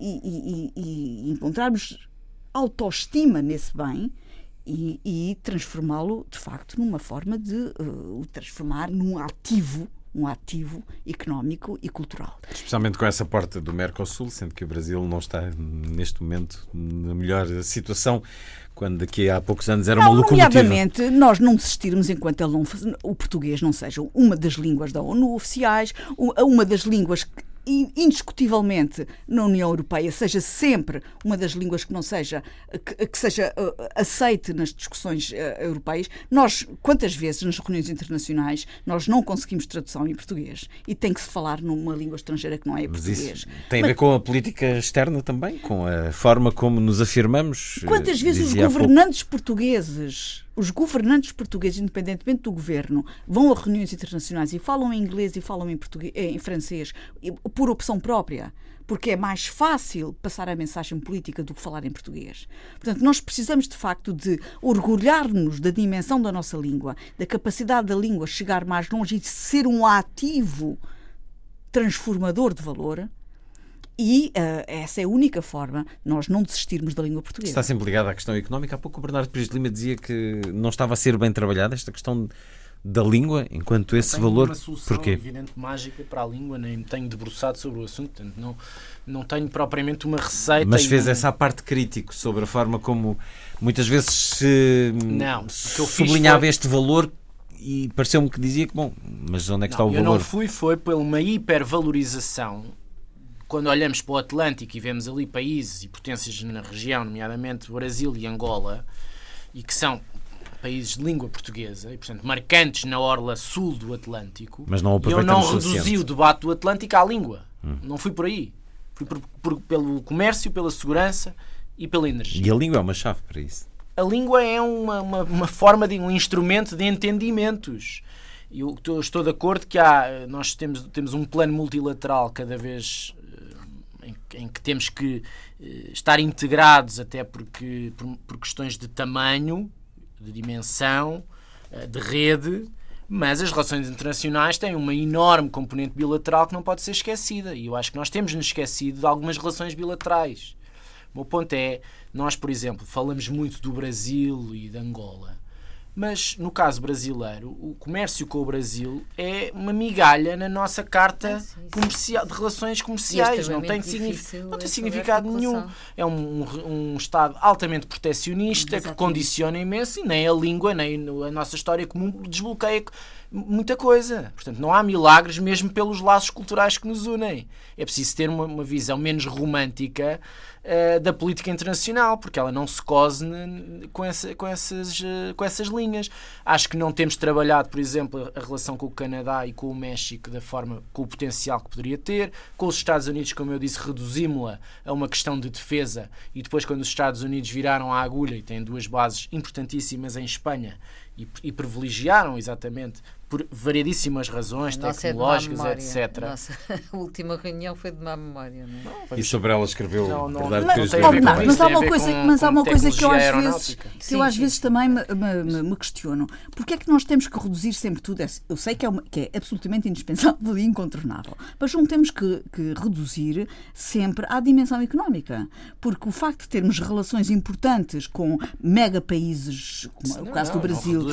encontrarmos autoestima nesse bem e transformá-lo de facto numa forma de o transformar num ativo económico e cultural. Especialmente com essa porta do Mercosul, sendo que o Brasil não está neste momento na melhor situação, quando daqui a poucos anos era uma locomotiva. Nomeadamente, nós não desistirmos enquanto o português não seja uma das línguas da ONU oficiais, uma das línguas que indiscutivelmente na União Europeia seja sempre uma das línguas que não seja que seja aceite nas discussões europeias. Nós, quantas vezes nas reuniões internacionais nós não conseguimos tradução em português e tem que se falar numa língua estrangeira que não é português. Isso tem a ver com a política externa também, com a forma como nos afirmamos. Quantas vezes os governantes portugueses, independentemente do governo, vão a reuniões internacionais e falam em inglês e falam em francês por opção própria, porque é mais fácil passar a mensagem política do que falar em português. Portanto, nós precisamos de facto de orgulhar-nos da dimensão da nossa língua, da capacidade da língua chegar mais longe e de ser um ativo transformador de valor. E essa é a única forma de nós não desistirmos da língua portuguesa. Está sempre ligado à questão económica. Há pouco o Bernardo Pires de Lima dizia que não estava a ser bem trabalhada esta questão da língua, enquanto esse valor... Não tenho uma solução Porquê? evidente mágica para a língua, nem me tenho debruçado sobre o assunto, portanto não tenho propriamente uma receita. Mas fez essa parte crítico sobre a forma como muitas vezes se sublinhava este valor, e pareceu-me que dizia que, bom, mas onde é que está o valor? Eu não foi por uma hipervalorização. Quando olhamos para o Atlântico e vemos ali países e potências na região, nomeadamente Brasil e Angola, e que são países de língua portuguesa, e portanto marcantes na orla sul do Atlântico, mas não eu não reduzi o debate do Atlântico à língua. Não fui por aí. Fui pelo comércio, pela segurança e pela energia. E a língua é uma chave para isso. A língua é uma forma de um instrumento de entendimentos. Eu estou de acordo que nós temos um plano multilateral cada vez em que temos que estar integrados, até por questões de tamanho, de dimensão, de rede, mas as relações internacionais têm uma enorme componente bilateral que não pode ser esquecida, e eu acho que nós temos-nos esquecido de algumas relações bilaterais. O meu ponto é, nós, por exemplo, falamos muito do Brasil e de Angola, mas no caso brasileiro, o comércio com o Brasil é uma migalha na nossa carta comercial, de relações comerciais. Não tem significado nenhum. É um Estado altamente proteccionista que condiciona imenso, e nem a língua, nem a nossa história comum desbloqueia muita coisa. Portanto, não há milagres mesmo pelos laços culturais que nos unem. É preciso ter uma visão menos romântica da política internacional, porque ela não se cose com essas linhas. Acho que não temos trabalhado, por exemplo, a relação com o Canadá e com o México com o potencial que poderia ter. Com os Estados Unidos, como eu disse, reduzimos-la a uma questão de defesa, e depois, quando os Estados Unidos viraram a agulha, e têm duas bases importantíssimas em Espanha, e privilegiaram exatamente por variedíssimas razões tecnológicas, etc. A nossa última reunião foi de má memória, não é? E sobre ela escreveu mas há uma coisa que eu às vezes também me questiono. Porquê é que nós temos que reduzir sempre tudo? Eu sei que é absolutamente indispensável e incontornável, mas não temos que reduzir sempre à dimensão económica, porque o facto de termos relações importantes com mega países, como o caso do Brasil,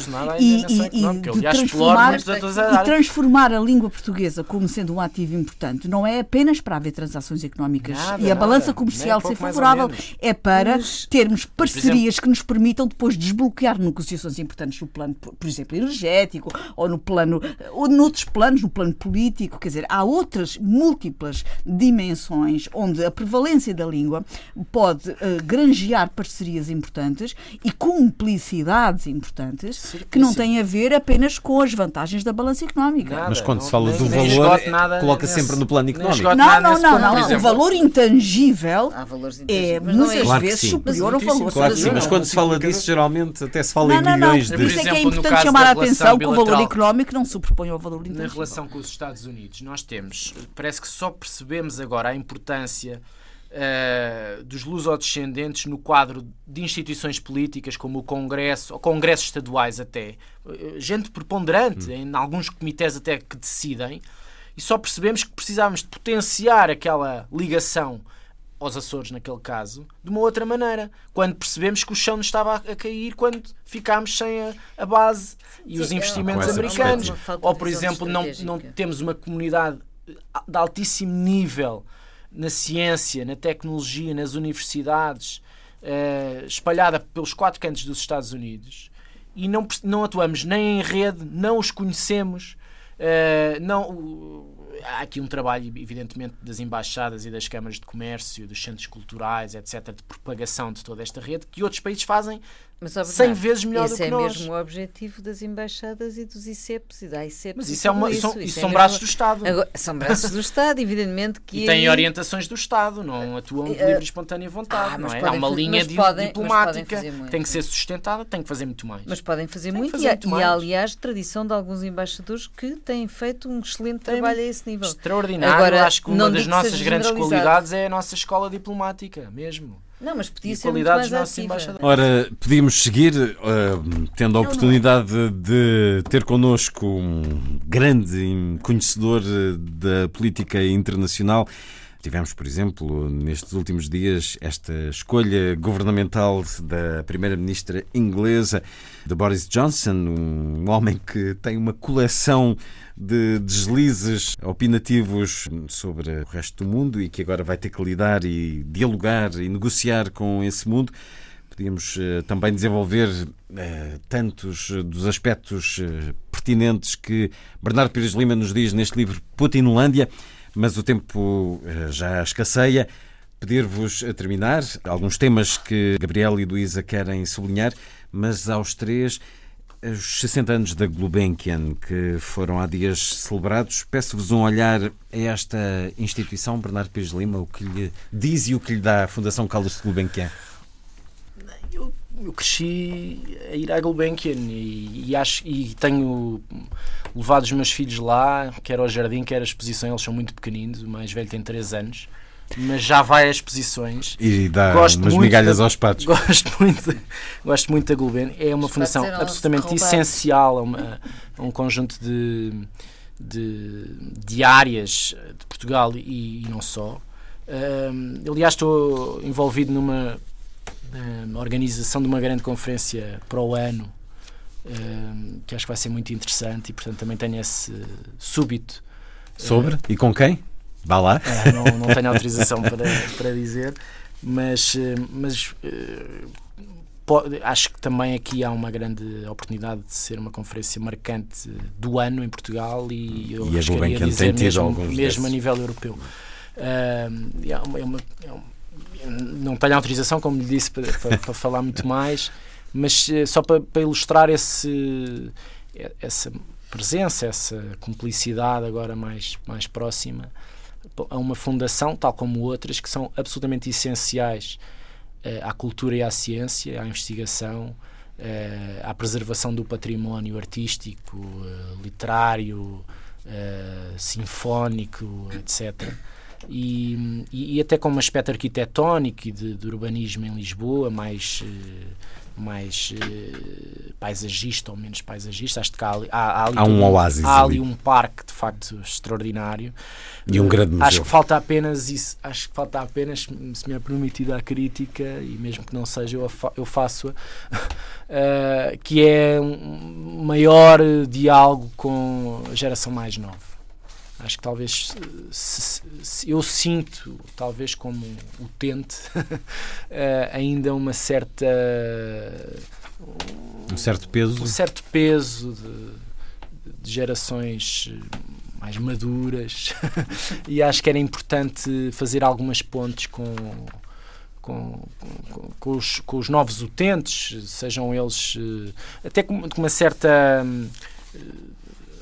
e transformar a língua portuguesa como sendo um ativo importante não é apenas para haver transações económicas e a balança comercial ser favorável, é para termos parcerias que nos permitam depois desbloquear negociações importantes no plano, por exemplo, energético, ou noutros planos, no plano político. Quer dizer, há outras múltiplas dimensões onde a prevalência da língua pode granjear parcerias importantes e cumplicidades importantes que não têm a ver apenas com as vantagens vantagens da balança económica. Nada, Mas quando não- se fala nem- do nem valor, esgoto nada coloca nesse- sempre no plano nem económico. esgoto Não, nada não, nesse não, ponto. não. Por O exemplo, valor intangível Há valores é intangíveis, mas não muitas Claro que vezes sim. superior ao Muitíssimo. valor Claro que sim, mas salarial. quando se fala disso, geralmente até se fala em Não. milhões Por de... isso é que é exemplo, no importante caso chamar da a relação atenção que o valor bilateral. económico não superpõe ao valor na intangível. relação com os Estados Unidos, nós temos, parece que só percebemos agora a importância dos lusodescendentes no quadro de instituições políticas como o Congresso, ou congressos estaduais até, gente preponderante em alguns comitês até que decidem, e só percebemos que precisávamos de potenciar aquela ligação aos Açores, naquele caso, de uma outra maneira, quando percebemos que o chão nos estava a cair, quando ficámos sem a base e os investimentos com essa americanos. perspectiva. Ou, por exemplo, não temos uma comunidade de altíssimo nível na ciência, na tecnologia, nas universidades, espalhada pelos 4 cantos dos Estados Unidos, e não atuamos nem em rede, não os conhecemos. Há aqui um trabalho, evidentemente, das embaixadas e das câmaras de comércio, dos centros culturais, etc., de propagação de toda esta rede, que outros países fazem Mas, ó, 100 Bernardo, vezes melhor do esse que é nós. mesmo o objetivo das embaixadas e dos ICEPs e da ICEPs. Mas e isso, tudo isso são é braços do mesmo- Estado. Agora, são braços do Estado, evidentemente que E têm aí- orientações do Estado, não atuam de livre e espontânea vontade. mas Não é? Há podem uma fazer- linha mas podem diplomática, fazer muito. tem que ser sustentada, tem que fazer muito mais. Mas podem fazer Tem que muito fazer muito e mais. há, aliás, tradição de alguns embaixadores que têm feito um excelente trabalho a esse nível. Extraordinário. Agora, Acho que não uma das digo que nossas seja grandes generalizado. qualidades é a nossa escola diplomática, mesmo. Não, mas podia E ser muito qualidades mais dos nossos ativa. embaixadores. Ora, podíamos seguir, tendo a oportunidade de ter connosco um grande conhecedor da política internacional. Tivemos, por exemplo, nestes últimos dias, esta escolha governamental da primeira-ministra inglesa, de Boris Johnson, um homem que tem uma coleção de deslizes opinativos sobre o resto do mundo e que agora vai ter que lidar e dialogar e negociar com esse mundo. Podíamos também desenvolver tantos dos aspectos pertinentes que Bernardo Pires de Lima nos diz neste livro Putinolândia, mas o tempo já escasseia. Pedir-vos a terminar alguns temas que Gabriel e Luísa querem sublinhar, mas aos 3, os 60 anos da Gulbenkian, que foram há dias celebrados, peço-vos um olhar a esta instituição, Bernardo Pires de Lima, o que lhe diz e o que lhe dá a Fundação Carlos de Gulbenkian. Eu cresci a ir à Gulbenkian e tenho levado os meus filhos lá, quer ao jardim, quer à exposição. Eles são muito pequeninos, o mais velho tem 3 anos, mas já vai às exposições. E dá Gosto umas muito migalhas aos patos. Gosto muito da Gulbenkian. É uma fundação eram absolutamente roubados. essencial a um conjunto de áreas de Portugal e não só. Aliás, estou envolvido numa organização de uma grande conferência para o ano, que acho que vai ser muito interessante, e portanto também tenho esse súbito. Sobre? E com quem? Vá lá. Não tenho autorização para dizer, mas acho que também aqui há uma grande oportunidade de ser uma conferência marcante do ano em Portugal, e eu E a Gulbenkian tem tido alguns mesmo a desses. nível europeu. Não tenho autorização, como lhe disse, para falar muito mais, mas só para ilustrar essa presença, essa cumplicidade agora mais próxima a uma fundação, tal como outras, que são absolutamente essenciais à cultura e à ciência, à investigação, à preservação do património artístico, literário, sinfónico, etc. E até com um aspecto arquitetónico e de urbanismo em Lisboa, mais paisagista ou menos paisagista. Acho que há ali um oásis há ali. ali um parque de facto extraordinário. E um grande museu. Acho que falta apenas isso. Acho que falta apenas, se me é permitida a crítica, e mesmo que não seja, eu faço-a, que é um maior diálogo com a geração mais nova. Acho que talvez eu sinto, talvez como utente, ainda um certo peso de gerações mais maduras e acho que era importante fazer algumas pontes com os novos utentes, sejam eles até com uma certa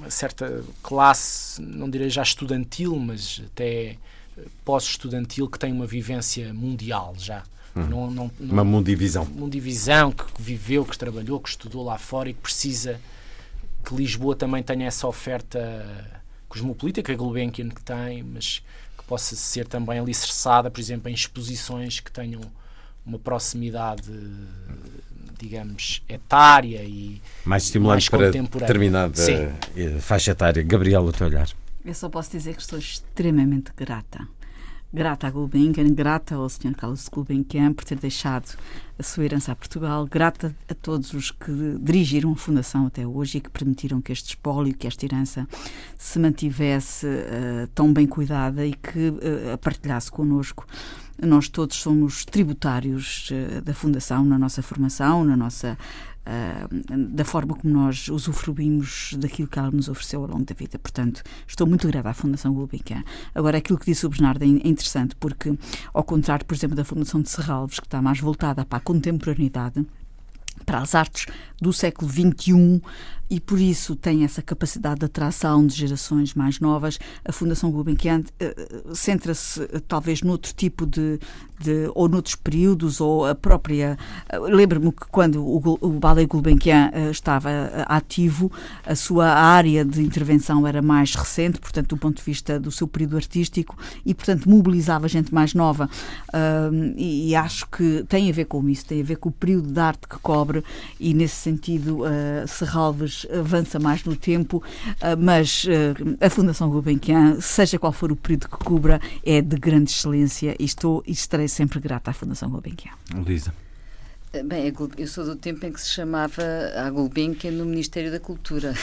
uma certa classe, não direi já estudantil, mas até pós-estudantil, que tem uma vivência mundial já. Uma mundivisão. Mundivisão, que viveu, que trabalhou, que estudou lá fora e que precisa que Lisboa também tenha essa oferta cosmopolita que a Gulbenkian que tem, mas que possa ser também alicerçada, por exemplo, em exposições que tenham uma proximidade, digamos, etária e mais estimulante para determinada faixa etária. Gabriela, o teu olhar. Eu só posso dizer que estou extremamente grata. Grata à Gulbenkian, grata ao Sr. Carlos Gulbenkian por ter deixado a sua herança a Portugal, grata a todos os que dirigiram a Fundação até hoje e que permitiram que este espólio, que esta herança se mantivesse tão bem cuidada e que a partilhasse connosco. Nós todos somos tributários da Fundação na nossa formação, da forma como nós usufruímos daquilo que ela nos ofereceu ao longo da vida. Portanto, estou muito grata à Fundação Gulbenkian. Agora, aquilo que disse o Bernardo é interessante, porque, ao contrário, por exemplo, da Fundação de Serralves, que está mais voltada para a contemporaneidade, para as artes do século XXI, e por isso tem essa capacidade de atração de gerações mais novas, a Fundação Gulbenkian centra-se talvez noutro tipo ou noutros períodos, ou a própria... Lembro-me que quando o Ballet Gulbenkian estava ativo, a sua área de intervenção era mais recente, portanto, do ponto de vista do seu período artístico, e, portanto, mobilizava gente mais nova. E acho que tem a ver com isso, tem a ver com o período de arte que cobre, e, nesse sentido, Serralves avança mais no tempo, mas a Fundação Gulbenkian, seja qual for o período que cubra, é de grande excelência e estarei sempre grata à Fundação Gulbenkian. Luísa. Bem, eu sou do tempo em que se chamava a Gulbenkian no Ministério da Cultura.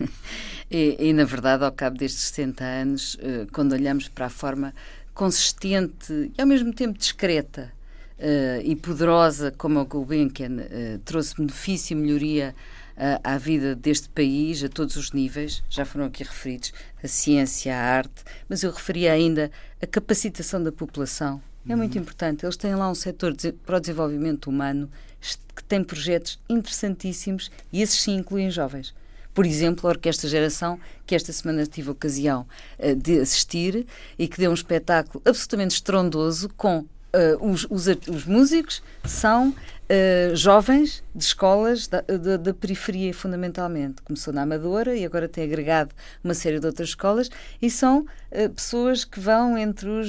e, na verdade, ao cabo destes 60 anos, quando olhamos para a forma consistente e, ao mesmo tempo, discreta e poderosa como a Gulbenkian trouxe benefício e melhoria à vida deste país, a todos os níveis, já foram aqui referidos, a ciência, a arte, mas eu referia ainda a capacitação da população. É muito importante. Eles têm lá um setor para o desenvolvimento humano que tem projetos interessantíssimos e esses sim incluem jovens. Por exemplo, a Orquestra Geração, que esta semana tive a ocasião de assistir e que deu um espetáculo absolutamente estrondoso com os músicos são jovens de escolas da periferia, fundamentalmente. Começou na Amadora e agora tem agregado uma série de outras escolas e são pessoas que vão entre os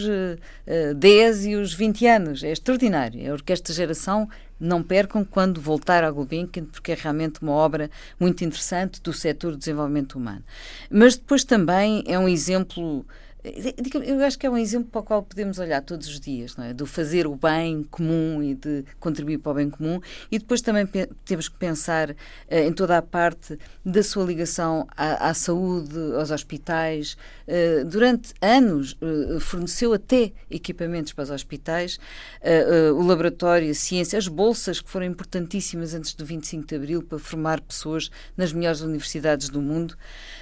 10 e os 20 anos. É extraordinário. A Orquestra Geração, não percam quando voltar à Gulbenkian, porque é realmente uma obra muito interessante do setor do desenvolvimento humano. Mas depois também é um exemplo... Eu acho que é um exemplo para o qual podemos olhar todos os dias, não é? Do fazer o bem comum e de contribuir para o bem comum, e depois também temos que pensar em toda a parte da sua ligação à saúde, aos hospitais. Durante anos forneceu até equipamentos para os hospitais, o laboratório, a ciência, as bolsas que foram importantíssimas antes do 25 de Abril para formar pessoas nas melhores universidades do mundo.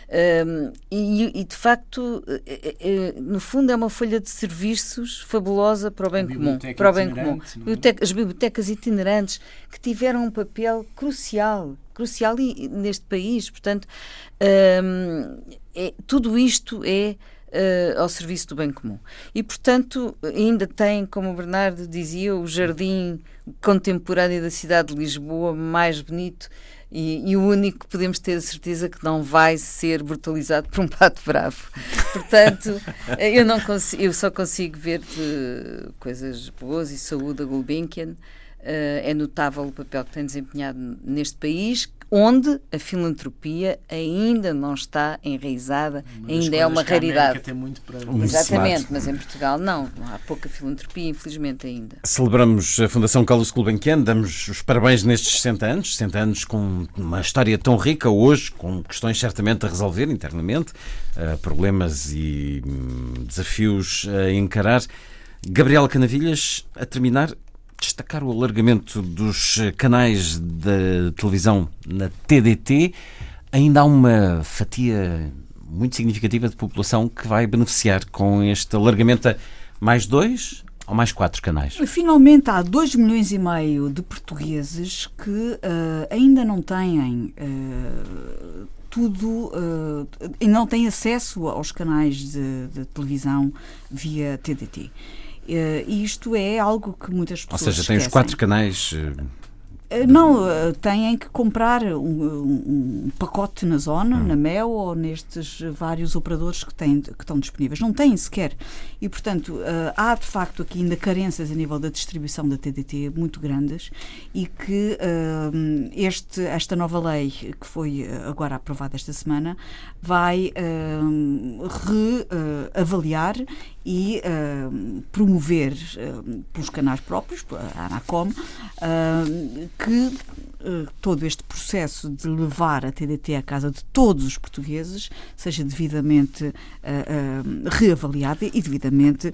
E de facto, no fundo, é uma folha de serviços fabulosa para o bem comum. Para o bem comum. As bibliotecas itinerantes que tiveram um papel crucial neste país. Portanto, tudo isto é ao serviço do bem comum. E, portanto, ainda tem, como o Bernardo dizia, o jardim contemporâneo da cidade de Lisboa mais bonito e o único que podemos ter a certeza que não vai ser brutalizado por um pato bravo. Portanto, eu só consigo ver coisas boas e saúde a Gulbenkian. É notável o papel que tem desempenhado neste país, onde a filantropia ainda não está enraizada, ainda é uma raridade. Tem muito para... Exatamente, mas em Portugal não há pouca filantropia, infelizmente ainda. Celebramos a Fundação Carlos Gulbenkian, damos os parabéns nestes 60 anos com uma história tão rica hoje, com questões certamente a resolver internamente, problemas e desafios a encarar. Gabriela Canavilhas, a terminar, destacar o alargamento dos canais da televisão na TDT. Ainda há uma fatia muito significativa de população que vai beneficiar com este alargamento a mais 2 ou mais 4 canais. Finalmente há 2,5 milhões de portugueses que ainda não têm tudo, e não têm acesso aos canais de televisão via TDT. E isto é algo que muitas pessoas Ou seja, tem os 4 canais... Não, têm que comprar um pacote na Zona, na Mel ou nestes vários operadores que estão disponíveis. Não têm sequer. E, portanto, há de facto aqui ainda carências a nível da distribuição da TDT muito grandes e que esta nova lei que foi agora aprovada esta semana vai reavaliar e promover pelos canais próprios, a Anacom, que todo este processo de levar a TDT à casa de todos os portugueses seja devidamente reavaliada e devidamente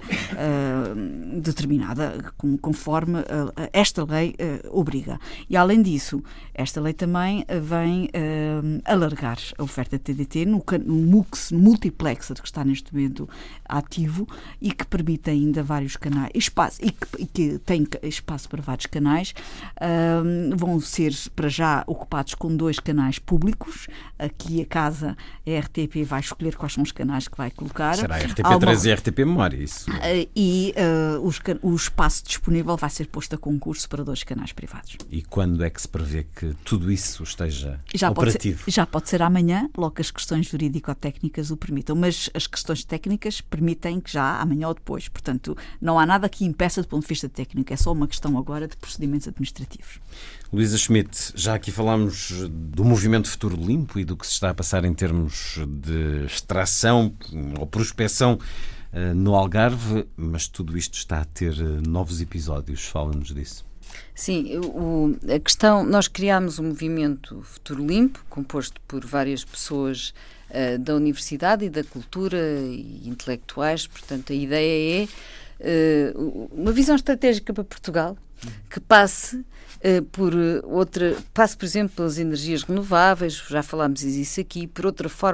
determinada conforme esta lei obriga. E, além disso, esta lei também vem alargar a oferta de TDT no MUX, no multiplexer que está neste momento ativo e que permite ainda vários canais, e que tem espaço para vários canais. Vão ser, para já, ocupados com 2 canais públicos. Aqui a casa, a RTP, vai escolher quais são os canais que vai colocar. Será a RTP3 e a RTP Memória, isso? E o espaço disponível vai ser posto a concurso para 2 canais privados. E quando é que se prevê que tudo isso esteja já operativo? Já pode ser amanhã, logo que as questões jurídico-técnicas o permitam. Mas as questões técnicas permitem que já amanhã ou depois. Portanto, não há nada que impeça do ponto de vista técnico. É só uma questão agora de procedimentos administrativos. Luísa Schmidt, já aqui falámos do movimento Futuro Limpo e do que se está a passar em termos de extração ou prospecção no Algarve, mas tudo isto está a ter novos episódios. Fala-nos disso. Sim, a questão, nós criámos um movimento Futuro Limpo, composto por várias pessoas da universidade e da cultura e intelectuais. Portanto, a ideia é uma visão estratégica para Portugal que passe por exemplo, pelas energias renováveis, já falámos disso aqui, por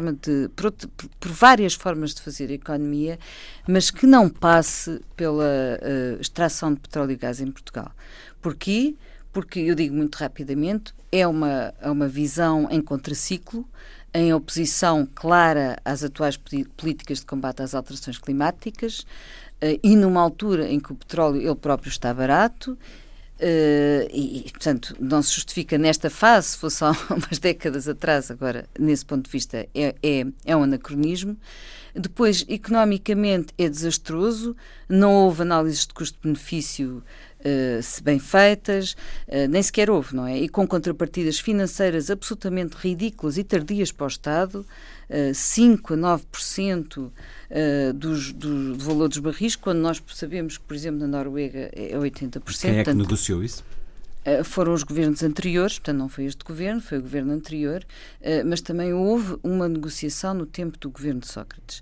várias formas de fazer a economia, mas que não passe pela extração de petróleo e gás em Portugal. Porquê? Porque, eu digo muito rapidamente, é uma visão em contraciclo, em oposição clara às atuais políticas de combate às alterações climáticas, e numa altura em que o petróleo ele próprio está barato, e, portanto, não se justifica nesta fase. Se fosse há umas décadas atrás, agora, nesse ponto de vista, é um anacronismo. Depois, economicamente, é desastroso, não houve análises de custo-benefício se bem feitas, nem sequer houve, não é? E com contrapartidas financeiras absolutamente ridículas e tardias para o Estado, 5% a 9% do valor dos barris, quando nós sabemos que, por exemplo, na Noruega é 80%. Quem é que negociou isso? Foram os governos anteriores, portanto não foi este governo, foi o governo anterior, mas também houve uma negociação no tempo do governo de Sócrates.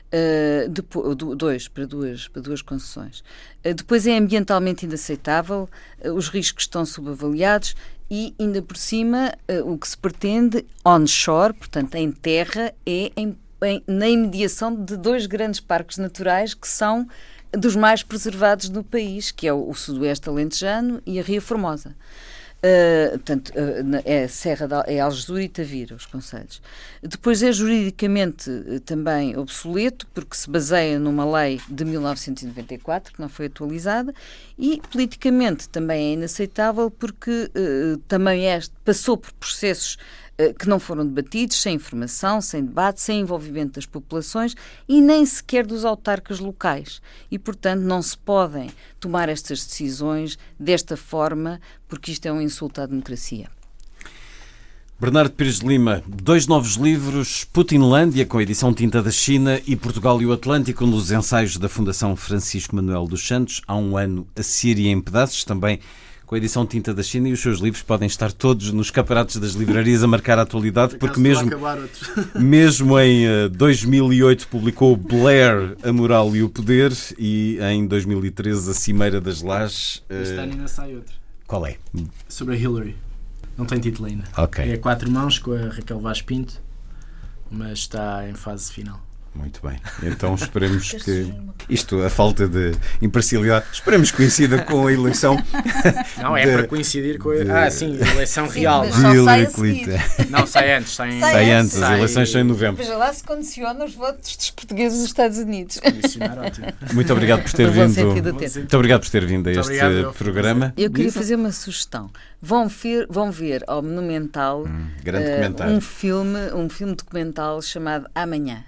Para duas concessões. Depois é ambientalmente inaceitável, os riscos estão subavaliados e, ainda por cima, o que se pretende onshore, portanto em terra, é na imediação de 2 grandes parques naturais que são dos mais preservados no país, que é o Sudoeste Alentejano e a Ria Formosa. Portanto, é Algesur e Tavira, os concelhos. Depois é juridicamente também obsoleto, porque se baseia numa lei de 1994, que não foi atualizada, e politicamente também é inaceitável, porque também passou por processos que não foram debatidos, sem informação, sem debate, sem envolvimento das populações e nem sequer dos autarcas locais. E, portanto, não se podem tomar estas decisões desta forma, porque isto é um insulto à democracia. Bernardo Pires de Lima, 2 novos livros, Putinlândia, com a edição Tinta da China, e Portugal e o Atlântico, um dos ensaios da Fundação Francisco Manuel dos Santos, há um ano, A Síria em Pedaços, também com a edição Tinta da China, e os seus livros podem estar todos nos escaparates das livrarias a marcar a atualidade, porque mesmo em 2008 publicou Blair, A Moral e o Poder, e em 2013 A Cimeira das Lajes. Este ano ainda sai outro. Qual é? Sobre a Hillary. Não tem título ainda. Okay. É 4 mãos com a Raquel Vaz Pinto, mas está em fase final. Muito bem. Então esperemos que isto, a falta de imparcialidade, esperemos que coincida com a eleição. Não, é para coincidir com a eleição real. Mas só sai a seguir. Não, sai antes. Sai antes, as eleições são em novembro. Veja lá se condiciona os votos dos portugueses nos Estados Unidos. Muito obrigado por ter No bom vindo. sentido do termo. Muito obrigado por ter vindo a Muito este obrigado, programa. Eu queria fazer uma sugestão. Vão ver ao Monumental Grande comentário. um filme documental chamado Amanhã.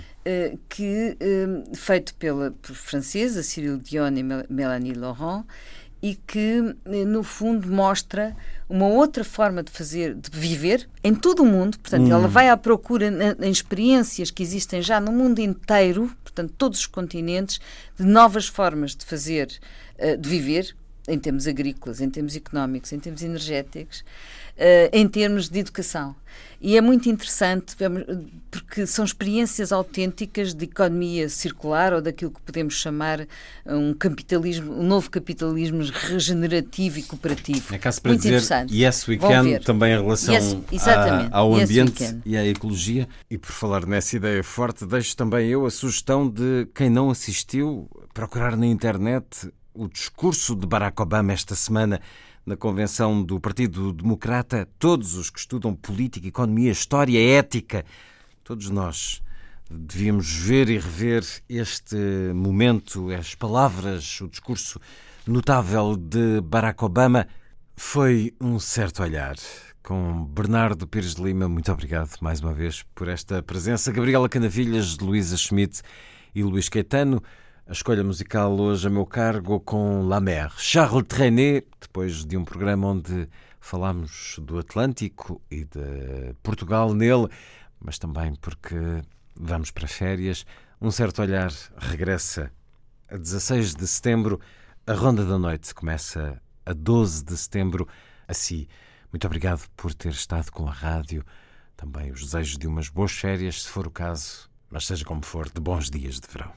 Feito por francesa, Cyril Dion e Mélanie Laurent, e que, no fundo, mostra uma outra forma de viver em todo o mundo. Portanto, ela vai à procura em experiências que existem já no mundo inteiro, portanto, todos os continentes, de novas formas de fazer, de viver, em termos agrícolas, em termos económicos, em termos energéticos, em termos de educação. E é muito interessante, porque são experiências autênticas de economia circular, ou daquilo que podemos chamar um novo capitalismo regenerativo e cooperativo. É caso para muito dizer interessante. Yes We Can, também em relação ao ambiente e à ecologia. E por falar nessa ideia forte, deixo também eu a sugestão de quem não assistiu, procurar na internet o discurso de Barack Obama esta semana na convenção do Partido Democrata. Todos os que estudam política, economia, história, ética, todos nós devíamos ver e rever este momento, as palavras, o discurso notável de Barack Obama. Foi um certo olhar. Com Bernardo Pires de Lima, muito obrigado mais uma vez por esta presença. Gabriela Canavilhas, Luísa Schmidt e Luís Caetano. A escolha musical hoje a meu cargo com La Mer. Charles Trenet, depois de um programa onde falámos do Atlântico e de Portugal nele, mas também porque vamos para férias. Um certo olhar regressa a 16 de setembro. A Ronda da Noite começa a 12 de setembro. Assim, muito obrigado por ter estado com a rádio. Também os desejos de umas boas férias, se for o caso, mas seja como for, de bons dias de verão.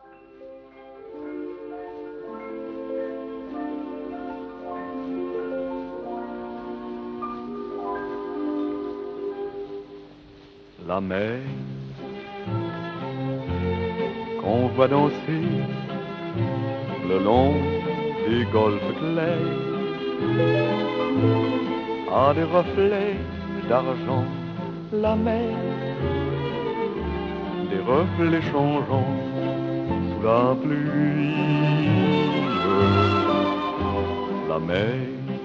La mer qu'on voit danser le long des golfes clairs a des reflets d'argent. La mer, des reflets changeants sous la pluie. La mer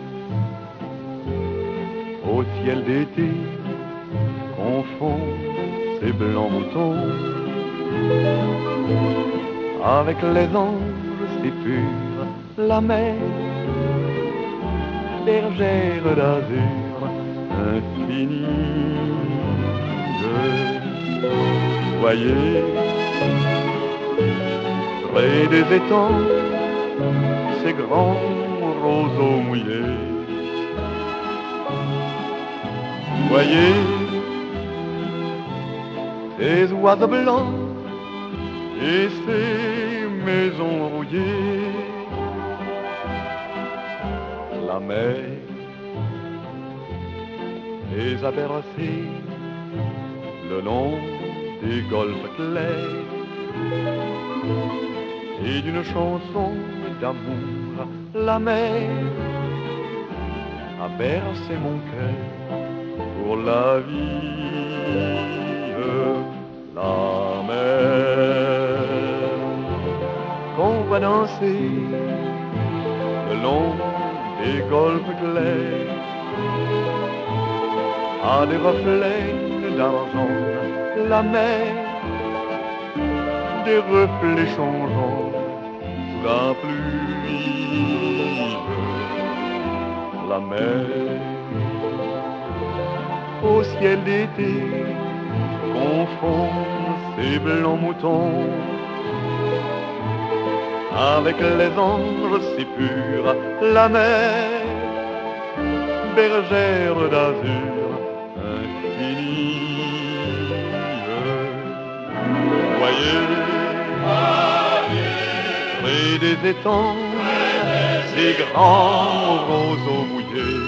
au ciel d'été confond ces blancs moutons avec les anges si purs. La mer, bergère d'azur infinie. Voyez, près des étangs, ces grands roseaux mouillés. Voyez, ces oiseaux blancs et ces maisons rouillées. La mer les a bercés le long des golfes clairs et d'une chanson d'amour. La mer a bercé mon cœur pour la vie. La mer qu'on va danser le long des golfes clairs a des reflets d'argent. La mer, des reflets changeants sous la pluie. La mer au ciel d'été confond ces blancs moutons avec les anges si purs. La mer, bergère d'azur infinie. Voyez, près des étangs, ces grands roseaux mouillés.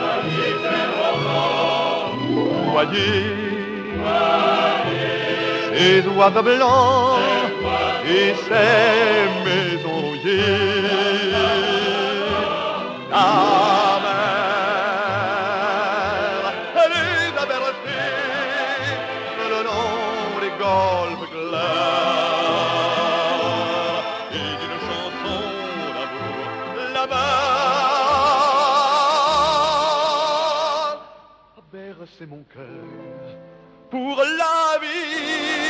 Voyez, les oiseaux blancs et ces maisons rouillées. La mer, les a bercés le long des golfes clairs et d'une chanson d'amour là-bas a bercé mon cœur pour la vie.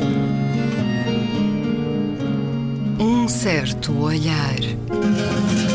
Certo olhar.